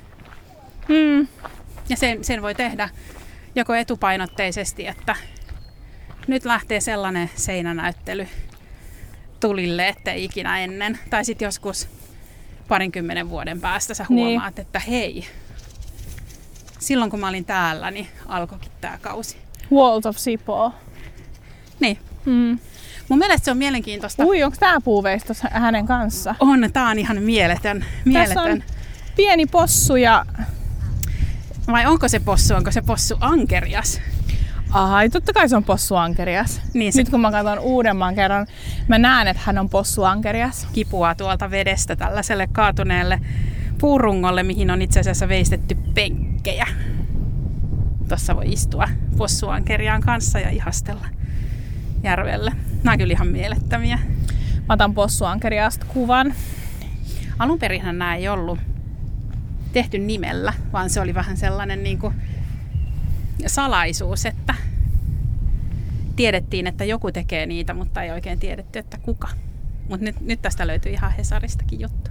Ja sen voi tehdä joko etupainotteisesti, että nyt lähtee sellainen seinänäyttely tulille, ettei ikinä ennen. Tai sitten joskus 20 vuoden päästä sä huomaat, että hei, silloin kun mä olin täällä, niin alkoikin tää kausi. Walls of Sipoo. Niin. Mun mielestä se on mielenkiintoista. Ui, onko tää puuveistos hänen kanssa? On, tää on ihan mieletön. Tässä on pieni possu ja... Vai onko se possu ankerias? Ai, totta kai se on possuankerias. Niin Nyt kun mä katson uudemman kerran, mä näen, että hän on possuankerias. Kipuaa tuolta vedestä tällaiselle kaatuneelle puurungolle, mihin on itse asiassa veistetty penkkejä. Tuossa voi istua possuankeriaan kanssa ja ihastella järvelle. Nämä on kyllä ihan mielettömiä. Mä otan possuankeriasta kuvan. Alunperinhän nämä ei ollut tehty nimellä, vaan se oli vähän sellainen niin kuin salaisuus, että tiedettiin, että joku tekee niitä, mutta ei oikein tiedetty, että kuka. Mutta nyt tästä löytyy ihan Hesaristakin juttu.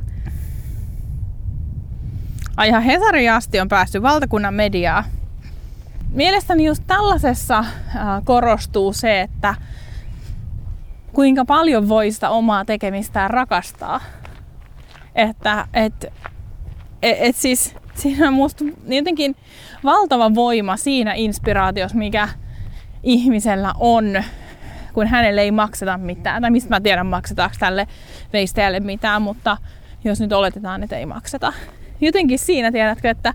Ai ihan Hesariin asti on päästy valtakunnan mediaa. Mielestäni just tällaisessa korostuu se, että kuinka paljon voi sitä omaa tekemistään rakastaa. Että siis siinä on musta jotenkin valtava voima siinä inspiraatiossa, mikä ihmisellä on, kun hänelle ei makseta mitään. Tai mistä mä tiedän, maksetaanko tälle veistäjälle mitään, mutta jos nyt oletetaan, että ei makseta. Jotenkin siinä tiedätkö, että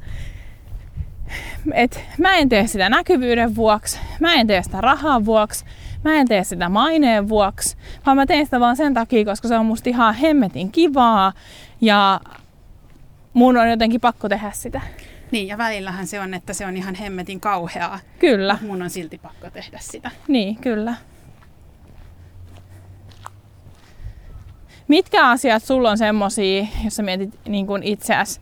mä en tee sitä näkyvyyden vuoksi, mä en tee sitä rahan vuoksi, mä en tee sitä maineen vuoksi, vaan mä teen sitä vaan sen takia, koska se on musta ihan hemmetin kivaa ja mun on jotenkin pakko tehdä sitä. Niin, ja välillähän se on, että se on ihan hemmetin kauheaa. Kyllä. Mun on silti pakko tehdä sitä. Niin, kyllä. Mitkä asiat sulla on semmosia, jos sä mietit niin kuin itseäsi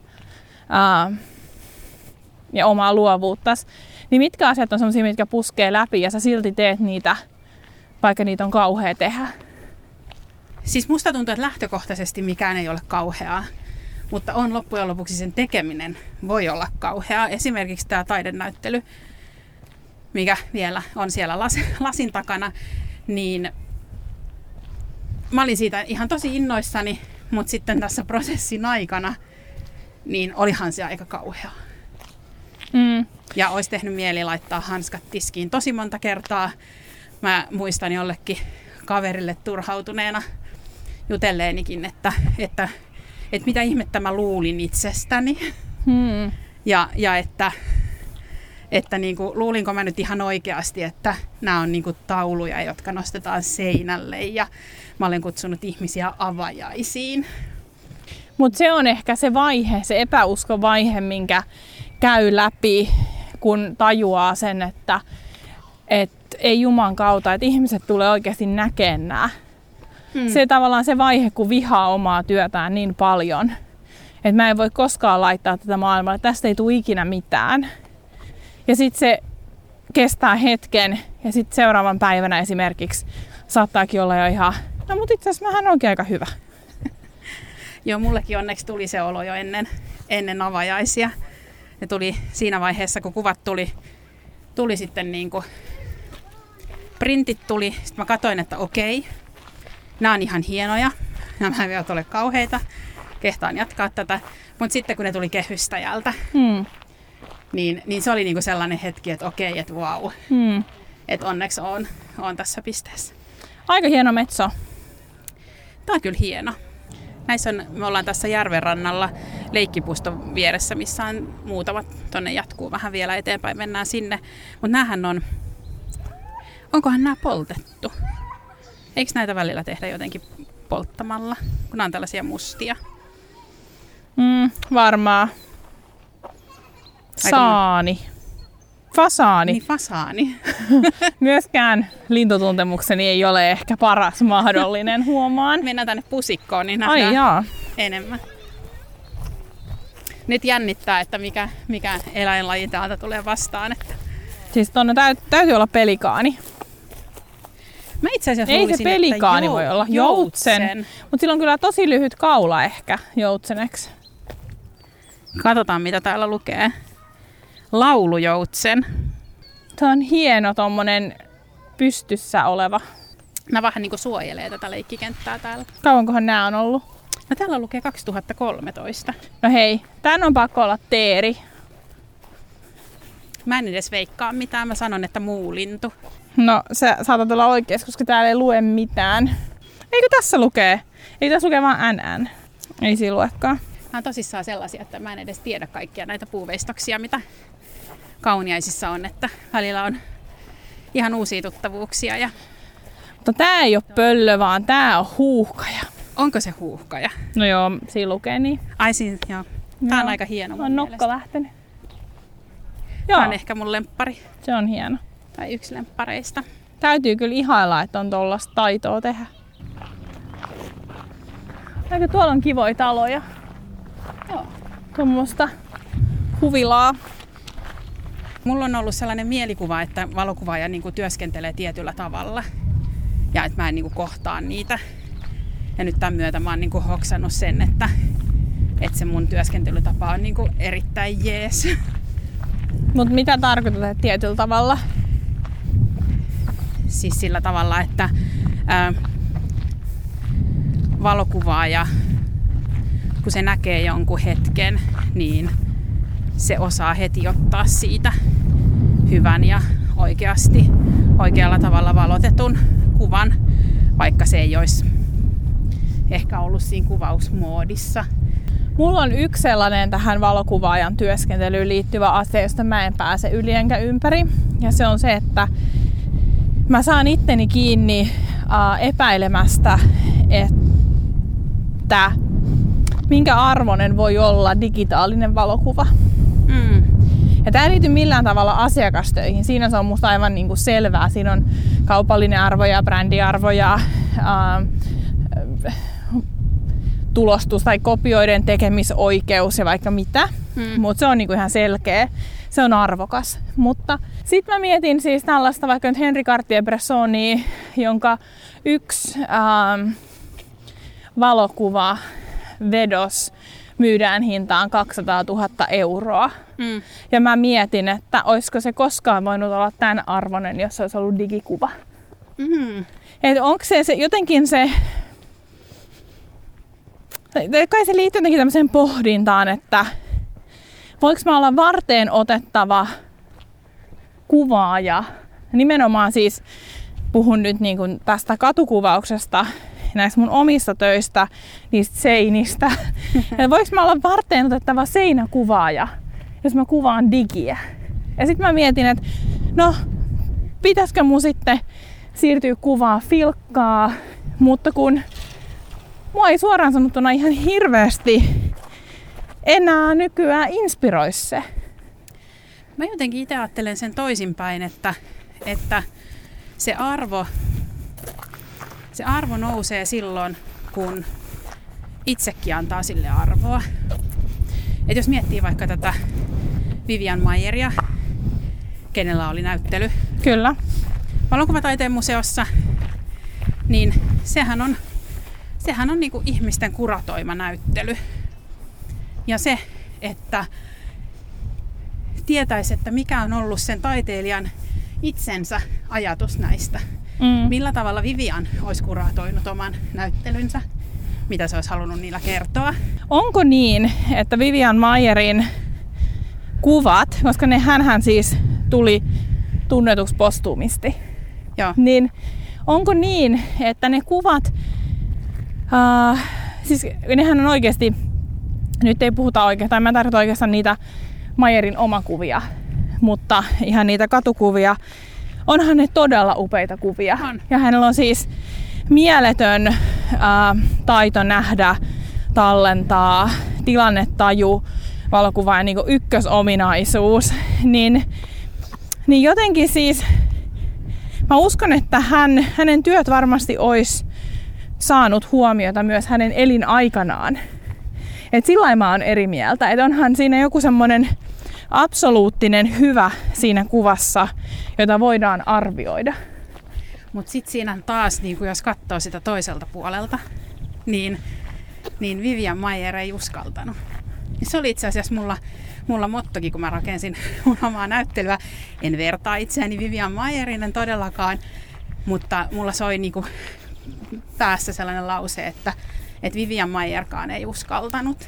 ja omaa luovuuttas, niin mitkä asiat on semmosia, mitkä puskee läpi ja sä silti teet niitä, vaikka niitä on kauhea tehdä? Siis musta tuntuu, että lähtökohtaisesti mikään ei ole kauheaa, mutta on loppujen lopuksi sen tekeminen voi olla kauheaa. Esimerkiksi tämä taidenäyttely, mikä vielä on siellä lasin takana, niin mä olin siitä ihan tosi innoissani, mutta sitten tässä prosessin aikana, niin olihan se aika kauheaa. Ja olisi tehnyt mieli laittaa hanskat tiskiin tosi monta kertaa. Mä muistan jollekin kaverille turhautuneena jutelleenikin, että mitä ihmettä mä luulin itsestäni. Ja että niinku, luulinko mä nyt ihan oikeasti, että nämä on niinku tauluja, jotka nostetaan seinälle ja mä olen kutsunut ihmisiä avajaisiin. Mutta se on ehkä se vaihe, se epäuskovaihe, minkä käy läpi, kun tajuaa sen, että ei Juman kautta, että ihmiset tulee oikeasti näkemään nämä. Se tavallaan se vaihe, kun vihaa omaa työtään niin paljon, että mä en voi koskaan laittaa tätä maailmaa, että tästä ei tule ikinä mitään. Ja sitten se kestää hetken ja sitten seuraavan päivänä esimerkiksi saattaakin olla jo ihan, no mutta itse asiassa mähän onkin aika hyvä. Joo, mullekin onneksi tuli se olo jo ennen avajaisia. Ne tuli siinä vaiheessa, kun kuvat tuli sitten niinku, printit tuli. Sitten mä katsoin, että okei, nämä on ihan hienoja. Nämä eivät ole kauheita. Kehtaan jatkaa tätä. Mutta sitten kun ne tuli kehystäjältä, niin se oli niinku sellainen hetki, että okei, että vau. Et onneksi on tässä pisteessä. Aika hieno metso. Tämä on kyllä hieno. Me ollaan tässä järven rannalla leikkipuston vieressä, missä on muutamat, tonne jatkuu vähän vielä eteenpäin, mennään sinne. Mutta näähän onkohan nämä poltettu? Eikö näitä välillä tehdä jotenkin polttamalla, kun nämä on tällaisia mustia? Varmaan. Fasaani. Niin, fasaani. Myöskään lintutuntemukseni ei ole ehkä paras mahdollinen, huomaan. Mennään tänne pusikkoon, niin nähdään enemmän. Nyt jännittää, että mikä eläinlaji täältä tulee vastaan. Että... Siis tuonne täytyy olla pelikaani. Mä itse asiassa ei se pelikaani voi olla. Joutsen. Mutta sillä on kyllä tosi lyhyt kaula ehkä joutseneksi. Katsotaan, mitä täällä lukee. Laulujoutsen. Tämä on hieno tommonen pystyssä oleva. Nämä vähän niin kuin suojelee tätä leikkikenttää täällä. Kauankohan nämä on ollut? No täällä lukee 2013. No hei, tän on pakko olla teeri. Mä en edes veikkaa mitään, mä sanon, että muulintu. No sä saatat olla oikeassa, koska täällä ei lue mitään. Eikö tässä lukee? Ei tässä lukee vaan NN. Ei siinä luekaan. Nämä on tosissaan sellaisia, että mä en edes tiedä kaikkia näitä puuveistoksia, mitä Kauniaisissa on. Että välillä on ihan uusia tuttavuuksia. Mutta tää ei ole pöllö, vaan tää on huuhkaja. Onko se huuhkaja? No joo, siinä lukee niin. Ai siinä, joo. Tää on aika hieno mun mielestä. On nokka lähtenyt. Joo. Tää on ehkä mun lemppari. Se on hieno. Tai yksi lemppareista. Täytyy kyllä ihailla, että on tollaista taitoa tehdä. Aika tuolla on kivoja taloja. Joo. Tuommoista huvilaa. Mulla on ollut sellainen mielikuva, että valokuvaaja niin kuin työskentelee tietyllä tavalla. Ja että mä en niin kuin kohtaa niitä. Ja nyt tämän myötä mä oon niin kuin hoksannut sen, että se mun työskentelytapa on niin kuin erittäin jees. Mutta mitä tarkoitat, että tietyllä tavalla? Siis sillä tavalla, että valokuvaaja, kun se näkee jonkun hetken, niin se osaa heti ottaa siitä hyvän ja oikealla tavalla valotetun kuvan, vaikka se ei olisi ehkä ollut siinä kuvausmoodissa. Mulla on yksi sellainen tähän valokuvaajan työskentelyyn liittyvä asia, josta mä en pääse yli enkä ympäri. Ja se on se, että mä saan itteni kiinni epäilemästä, että minkä arvoinen voi olla digitaalinen valokuva. Ja tää ei liity millään tavalla asiakastöihin. Siinä se on musta aivan niinku selvää. Siinä on kaupallinen arvo ja brändiarvo ja tulostus tai kopioiden tekemisoikeus ja vaikka mitä. Mutta se on niinku ihan selkeä. Se on arvokas. Mutta sitten mä mietin siis tällaista vaikka nyt Henri Cartier-Bressonia, jonka yksi valokuva vedos myydään hintaan 200 000 euroa. Ja mä mietin, että olisiko se koskaan voinut olla tämän arvoinen, jos se olisi ollut digikuva. Että onko se jotenkin se... Kai se liittyy jotenkin tämmöiseen pohdintaan, että voiko mä olla varteen otettava kuvaaja. Nimenomaan siis puhun nyt niin kuin tästä katukuvauksesta, näistä mun omista töistä, niistä seinistä. Voinko mä olla varteen otettava seinäkuvaaja, jos mä kuvaan digiä? Ja sitten mä mietin, että no, pitäisikö mun sitten siirtyä kuvaa filkkaa, mutta kun mua ei suoraan sanottuna ihan hirveästi enää nykyään inspiroi se. Mä jotenkin itse ajattelen sen toisinpäin, että se arvo nousee silloin, kun itsekin antaa sille arvoa. Et jos miettii vaikka tätä Vivian Mayeria, kenellä oli näyttely. Kyllä. Valokuvataiteen museossa, niin sehän on niinku ihmisten kuratoima näyttely. Ja se, että tietäisi, että mikä on ollut sen taiteilijan itsensä ajatus näistä. Millä tavalla Vivian olisi kuratoinut oman näyttelynsä, mitä se olisi halunnut niillä kertoa. Onko niin, että Vivian Mayerin kuvat, koska hänhän siis tuli tunnetuksi postuumisti. Joo. Niin onko niin, että ne kuvat, siis nehän on oikeasti, nyt ei puhuta oikeastaan, mä tarkoitan oikeastaan niitä Meyerin omakuvia, mutta ihan niitä katukuvia. Onhan ne todella upeita kuvia. On. Ja hänellä on siis mieletön taito nähdä, tallentaa, tilannetaju, valokuvaajan niin kuin ykkösominaisuus. Niin jotenkin siis, mä uskon, että hänen työt varmasti olisi saanut huomiota myös hänen elinaikanaan. Et sillä mä oon eri mieltä, että onhan siinä joku semmoinen absoluuttinen hyvä siinä kuvassa, jota voidaan arvioida. Mutta sitten siinä taas, niin jos katsoo sitä toiselta puolelta, niin Vivian Mayer ei uskaltanut. Se oli itse asiassa mulla mottokin, kun mä rakensin mun omaa näyttelyä. En vertaa itseäni Vivian Mayerin, en todellakaan, mutta mulla soi niinku päässä sellainen lause, että Vivian Mayerkaan ei uskaltanut.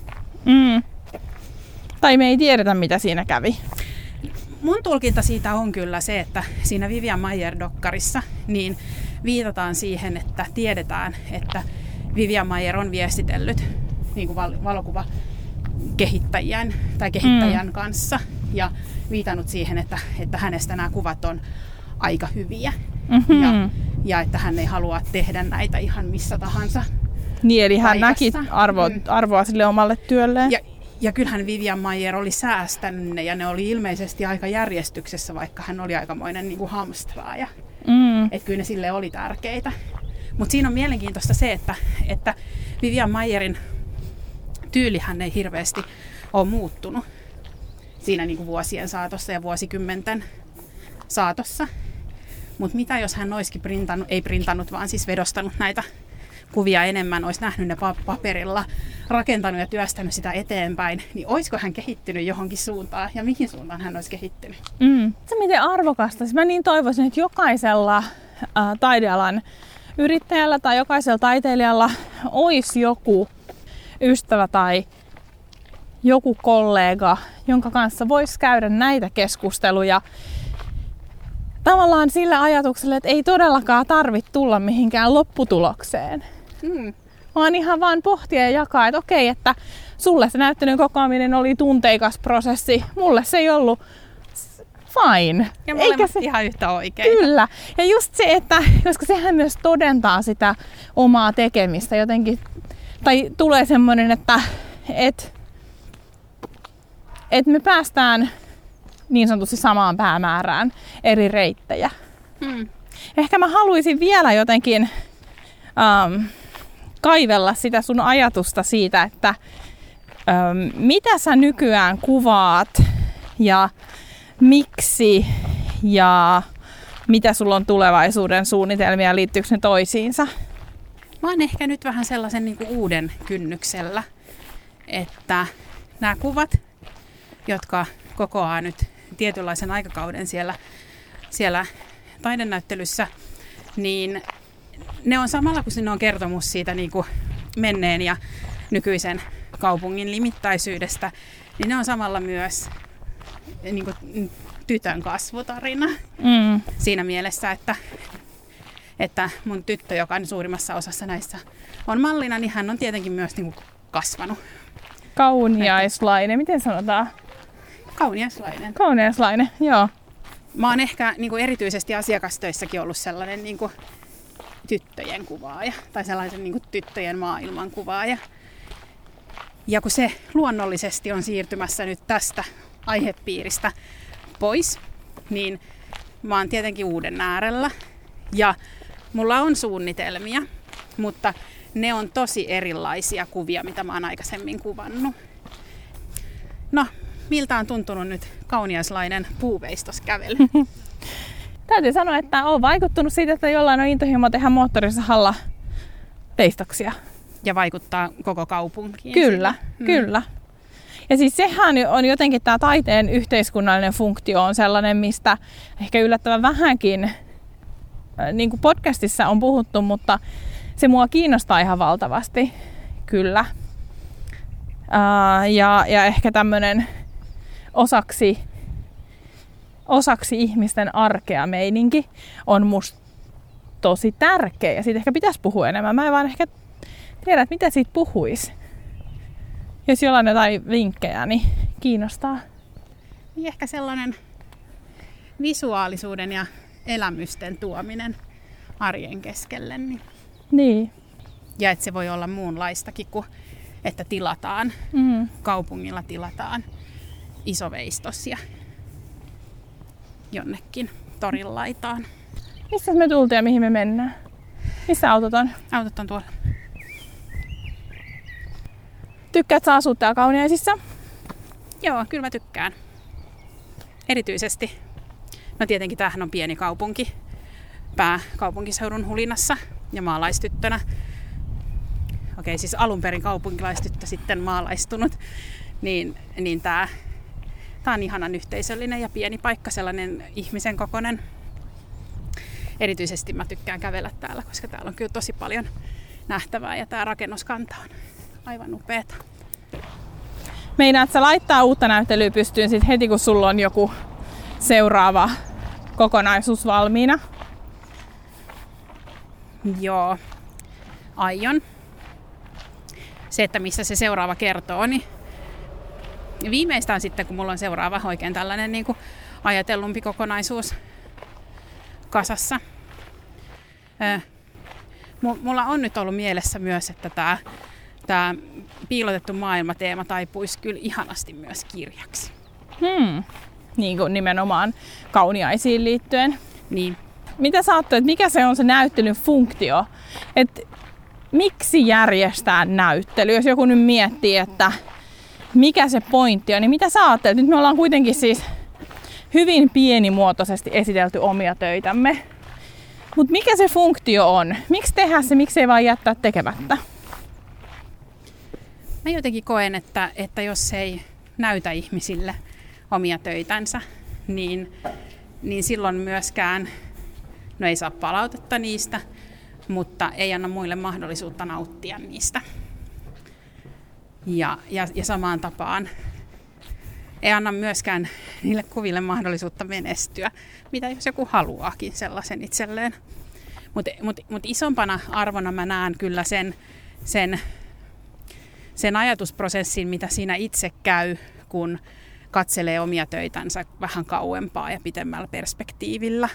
Tai me ei tiedetä, mitä siinä kävi. Mun tulkinta siitä on kyllä se, että siinä Vivian Mayer-dokkarissa niin viitataan siihen, että tiedetään, että Vivian Mayer on viestitellyt niin kuin valokuvakehittäjän tai kehittäjän kanssa ja viitannut siihen, että hänestä nämä kuvat on aika hyviä ja että hän ei halua tehdä näitä ihan missä tahansa. Niin, eli hän paikassa. näki arvoa sille omalle työlleen. Ja kyllähän Vivian Mayer oli säästänyt ne ja ne oli ilmeisesti aika järjestyksessä, vaikka hän oli aikamoinen niin kuin hamstraaja. Että kyllä ne sille oli tärkeitä. Mutta siinä on mielenkiintoista se, että Vivian Mayerin tyylihän ei hirveästi ole muuttunut siinä niin kuin vuosien saatossa ja vuosikymmenten saatossa. Mutta mitä jos hän olisikin ei printannut, vaan siis vedostanut näitä kuvia enemmän, olisi nähnyt ne paperilla, rakentanut ja työstänyt sitä eteenpäin, niin olisiko hän kehittynyt johonkin suuntaan ja mihin suuntaan hän olisi kehittynyt? Se miten arvokasta. Mä niin toivoisin, että jokaisella taidealan yrittäjällä tai jokaisella taiteilijalla olisi joku ystävä tai joku kollega, jonka kanssa voisi käydä näitä keskusteluja tavallaan sillä ajatuksella, että ei todellakaan tarvitse tulla mihinkään lopputulokseen. Vaan ihan vaan pohtia ja jakaa, että okei, että sulle se näyttelyn kokoaminen oli tunteikas prosessi, mulle se ei ollut fine. Ja molemmat ihan yhtä oikein. Kyllä. Ja just se, että koska sehän myös todentaa sitä omaa tekemistä jotenkin, tai tulee semmoinen, että me päästään niin sanotusti samaan päämäärään eri reittejä. Ehkä mä haluaisin vielä jotenkin kaivella sitä sun ajatusta siitä, että mitä sä nykyään kuvaat ja miksi ja mitä sulla on tulevaisuuden suunnitelmia, liittyykö ne toisiinsa? Mä oon ehkä nyt vähän sellaisen niin kuin uuden kynnyksellä, että nämä kuvat, jotka kokoaa nyt tietynlaisen aikakauden siellä taidenäyttelyssä, niin ne on samalla, kun ne on kertomus siitä niin kuin menneen ja nykyisen kaupungin limittäisyydestä, niin ne on samalla myös niin kuin tytön kasvutarina. Siinä mielessä, että mun tyttö, joka on suurimmassa osassa näissä on mallina, niin hän on tietenkin myös niin kuin kasvanut. Kauniaislainen, miten sanotaan? Kauniaislainen. Kauniaislainen, joo. Mä oon ehkä niin kuin erityisesti asiakastöissäkin ollut sellainen niin kuin tyttöjen kuvaaja tai sellaisen niin kuin tyttöjen maailman kuvaaja. Ja kun se luonnollisesti on siirtymässä nyt tästä aihepiiristä pois, niin mä oon tietenkin uuden äärellä. Ja mulla on suunnitelmia, mutta ne on tosi erilaisia kuvia, mitä mä oon aikaisemmin kuvannut. No, miltä on tuntunut nyt kauniaislainen puuveistoskävely? Täytyy sanoa, että on vaikuttunut siitä, että jollain on intohimo tehdä moottorisahalla veistoksia. Ja vaikuttaa koko kaupunkiin. Kyllä, kyllä. Ja siis sehän on jotenkin tämä taiteen yhteiskunnallinen funktio on sellainen, mistä ehkä yllättävän vähänkin niin kuin podcastissa on puhuttu, mutta se mua kiinnostaa ihan valtavasti, kyllä. Ja ehkä tämmöinen osaksi osaksi ihmisten arkea meininki on musta tosi tärkeä. Ja siitä ehkä pitäisi puhua enemmän. Mä en vaan ehkä tiedä, että mitä siitä puhuisi. Jos jollain jotain vinkkejä, niin kiinnostaa. Niin ehkä sellainen visuaalisuuden ja elämysten tuominen arjen keskelle. Niin. Ja että se voi olla muunlaistakin kuin, että tilataan, kaupungilla tilataan iso veistos ja jonnekin torin laitaan. Missä me tultiin ja mihin me mennään? Missä autot on? Autot on tuolla. Tykkäät sä asua täällä Kauniaisissa? Joo, kyllä mä tykkään. Erityisesti. No tietenkin tämähän on pieni kaupunki. Pääkaupunkiseudun hulinassa ja maalaistyttönä. Okei, siis alun perin kaupunkilaistyttö, sitten maalaistunut. Niin tää on ihanan yhteisöllinen ja pieni paikka, sellainen ihmisen kokoinen. Erityisesti mä tykkään kävellä täällä, koska täällä on kyllä tosi paljon nähtävää ja tää rakennuskanta on aivan upeeta. Meinaat sä laittaa uutta näyttelyä pystyyn sit heti, kun sulla on joku seuraava kokonaisuus valmiina? Joo, aion. Se, että missä se seuraava kertoo, niin viimeistään sitten, kun mulla on seuraava oikein tällainen niin kuin ajatellumpi kokonaisuus kasassa. Mulla on nyt ollut mielessä myös, että tämä piilotettu maailmateema taipuisi kyllä ihanasti myös kirjaksi. Niin kuin nimenomaan Kauniaisiin liittyen. Niin. Mitä sä ajattelet, mikä se on se näyttelyn funktio? Et miksi järjestää näyttely? Jos joku nyt miettii, että mikä se pointti on, niin mitä sä ajattelet? Nyt me ollaan kuitenkin siis hyvin pienimuotoisesti esitelty omia töitämme. Mutta mikä se funktio on? Miksi tehdä se, miksi ei vaan jättää tekemättä? Mä jotenkin koen, että jos ei näytä ihmisille omia töitänsä, niin silloin myöskään, no ei saa palautetta niistä, mutta ei anna muille mahdollisuutta nauttia niistä. Ja samaan tapaan ei anna myöskään niille kuville mahdollisuutta menestyä, mitä jos joku haluaakin sellaisen itselleen. Mut isompana arvona mä näen kyllä sen ajatusprosessin, mitä siinä itse käy, kun katselee omia töitänsä vähän kauempaa ja pitemmällä perspektiivillä.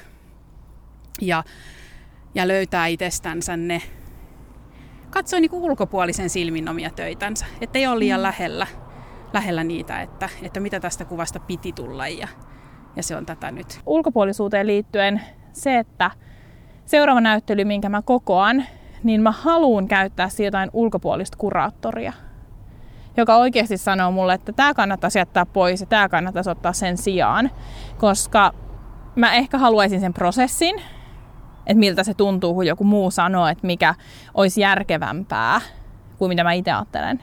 Ja löytää itsestänsä ne, katsoo niin kuin ulkopuolisen silmin omia töitänsä. Että ei ole liian lähellä niitä, että mitä tästä kuvasta piti tulla ja se on tätä nyt. Ulkopuolisuuteen liittyen se, että seuraava näyttely, minkä mä kokoan, niin mä haluan käyttää siitä jotain ulkopuolista kuraattoria, joka oikeasti sanoo mulle, että tämä kannattaisi jättää pois ja tämä kannattaisi ottaa sen sijaan, koska mä ehkä haluaisin sen prosessin, että miltä se tuntuu, kun joku muu sanoo, että mikä olisi järkevämpää kuin mitä mä itse ajattelen.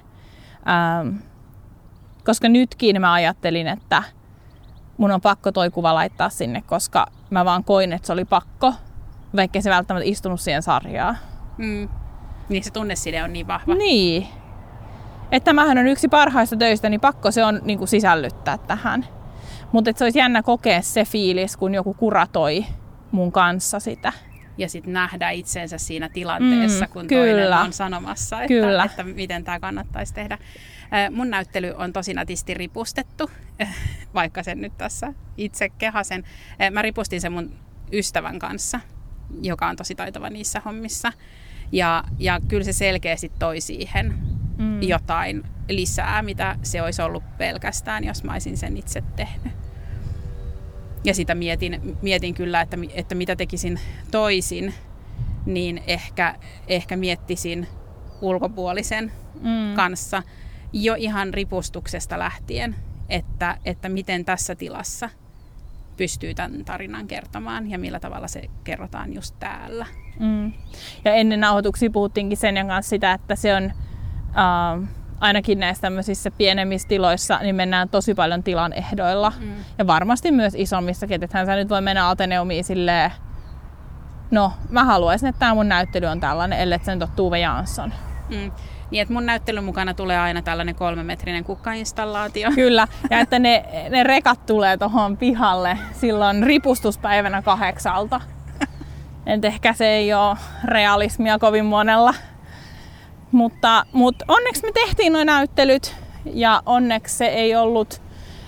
Koska nytkin mä ajattelin, että mun on pakko toi kuva laittaa sinne, koska mä vaan koin, että se oli pakko, vaikka se välttämättä istunut siihen sarjaan. Niin se tunneside on niin vahva. Niin. Että tämähän on yksi parhaista töistä, niin pakko se on niin kuin sisällyttää tähän. Mutta se olisi jännä kokea se fiilis, kun joku kuratoi mun kanssa sitä. Ja sitten nähdä itsensä siinä tilanteessa, kun kyllä. toinen on sanomassa, että miten tämä kannattaisi tehdä. Mun näyttely on tosi nätisti ripustettu, vaikka sen nyt tässä itse kehasen. Mä ripustin sen mun ystävän kanssa, joka on tosi taitava niissä hommissa. Ja kyllä se selkeästi toi siihen jotain lisää, mitä se olisi ollut pelkästään, jos mä olisin sen itse tehnyt. Ja sitä mietin kyllä, että mitä tekisin toisin, niin ehkä miettisin ulkopuolisen kanssa jo ihan ripustuksesta lähtien, että miten tässä tilassa pystyy tämän tarinan kertomaan ja millä tavalla se kerrotaan just täällä. Ja ennen nauhoituksia puhuttiinkin sen kanssa sitä, että se on ainakin näissä tämmöisissä pienemmissä tiloissa, niin mennään tosi paljon tilan ehdoilla. Ja varmasti myös isommissakin, että sä nyt voi mennä Ateneumiin silleen, no mä haluaisin, että tämä mun näyttely on tällainen, ellei se nyt ole Tove Jansson. Niin, että mun näyttelyn mukana tulee aina tällainen 3-metrinen kukkainstallaatio. Kyllä, ja että ne rekat tulee tuohon pihalle silloin ripustuspäivänä 8. Et ehkä se ei ole realismia kovin monella. Mutta onneksi me tehtiin nuo näyttelyt ja onneksi se ei ollut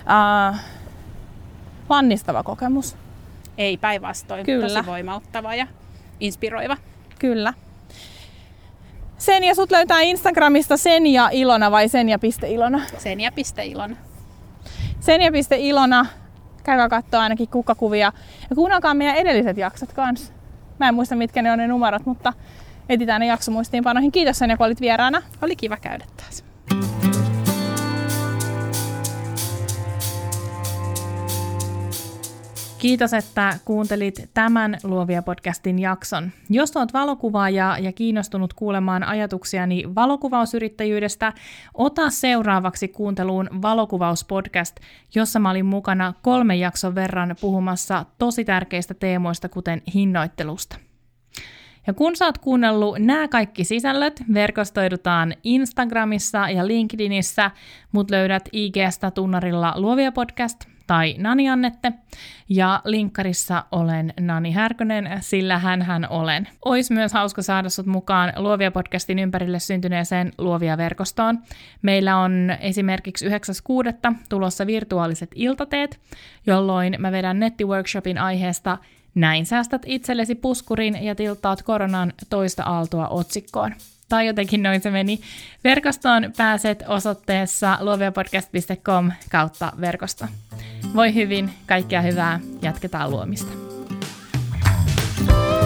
lannistava kokemus. Ei, päinvastoin. Tosi voimauttava ja inspiroiva. Kyllä. Senja, sut löytää Instagramista Senja Ilona vai senja.ilona? Senja.ilona. Senja.ilona. Käykää katsoa ainakin kukkakuvia. Ja kuunnelkaa meidän edelliset jaksot kanssa. Mä en muista mitkä ne on ne numerot, mutta etsitään ne jaksomuistiinpanoihin. Kiitos Senja, kun olit vieraana. Oli kiva käydä taas. Kiitos, että kuuntelit tämän Luovia-podcastin jakson. Jos olet valokuvaaja ja kiinnostunut kuulemaan ajatuksiani valokuvausyrittäjyydestä, ota seuraavaksi kuunteluun Valokuvauspodcast, jossa mä olin mukana 3 jakson verran puhumassa tosi tärkeistä teemoista, kuten hinnoittelusta. Ja kun sä oot kuunnellut nämä kaikki sisällöt, verkostoidutaan Instagramissa ja LinkedInissä, mut löydät IG:stä tunnarilla Luovia podcast tai Nani Annette, ja linkkarissa olen Nani Härkönen, sillä hänhän olen. Ois myös hauska saada sut mukaan Luovia podcastin ympärille syntyneeseen Luovia-verkostoon. Meillä on esimerkiksi 9.6. tulossa virtuaaliset iltateet, jolloin mä vedän nettiworkshopin aiheesta Näin säästät itsellesi puskurin ja tilttaat koronan toista aaltoa otsikkoon. Tai jotenkin noin se meni. Verkostoon pääset osoitteessa luoviapodcast.com/verkosto. Voi hyvin, kaikkea hyvää, jatketaan luomista.